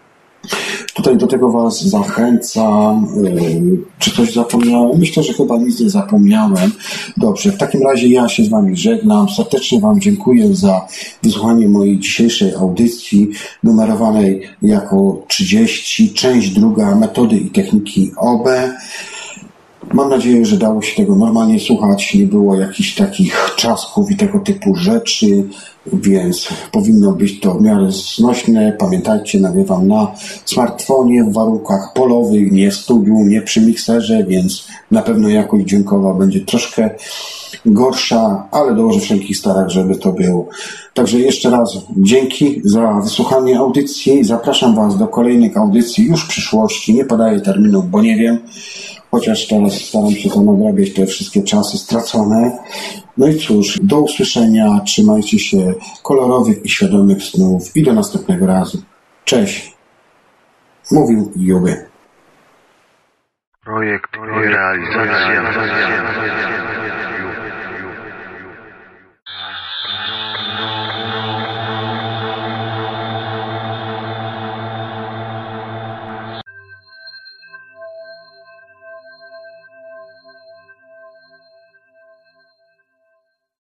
tutaj do tego Was zachęcam. Czy coś zapomniałem? Myślę, że chyba nic nie zapomniałem. Dobrze, w takim razie ja się z Wami żegnam. Serdecznie Wam dziękuję za wysłuchanie mojej dzisiejszej audycji numerowanej jako 30, część druga, metody i techniki OB. Mam nadzieję, że dało się tego normalnie słuchać, nie było jakichś takich trzasków i tego typu rzeczy, więc powinno być to w miarę znośne. Pamiętajcie, nagrywam na smartfonie w warunkach polowych, nie w studiu, nie przy mikserze, więc na pewno jakość dźwiękowa będzie troszkę gorsza, ale dołożę wszelkich starań, żeby to było. Także jeszcze raz dzięki za wysłuchanie audycji. Zapraszam Was do kolejnych audycji już w przyszłości. Nie podaję terminów, bo nie wiem. Chociaż teraz staram się to nadrabiać, te wszystkie czasy stracone. No i cóż, do usłyszenia, trzymajcie się kolorowych i świadomych snów i do następnego razu. Cześć. Mówił Juby. Projekt i realizacja.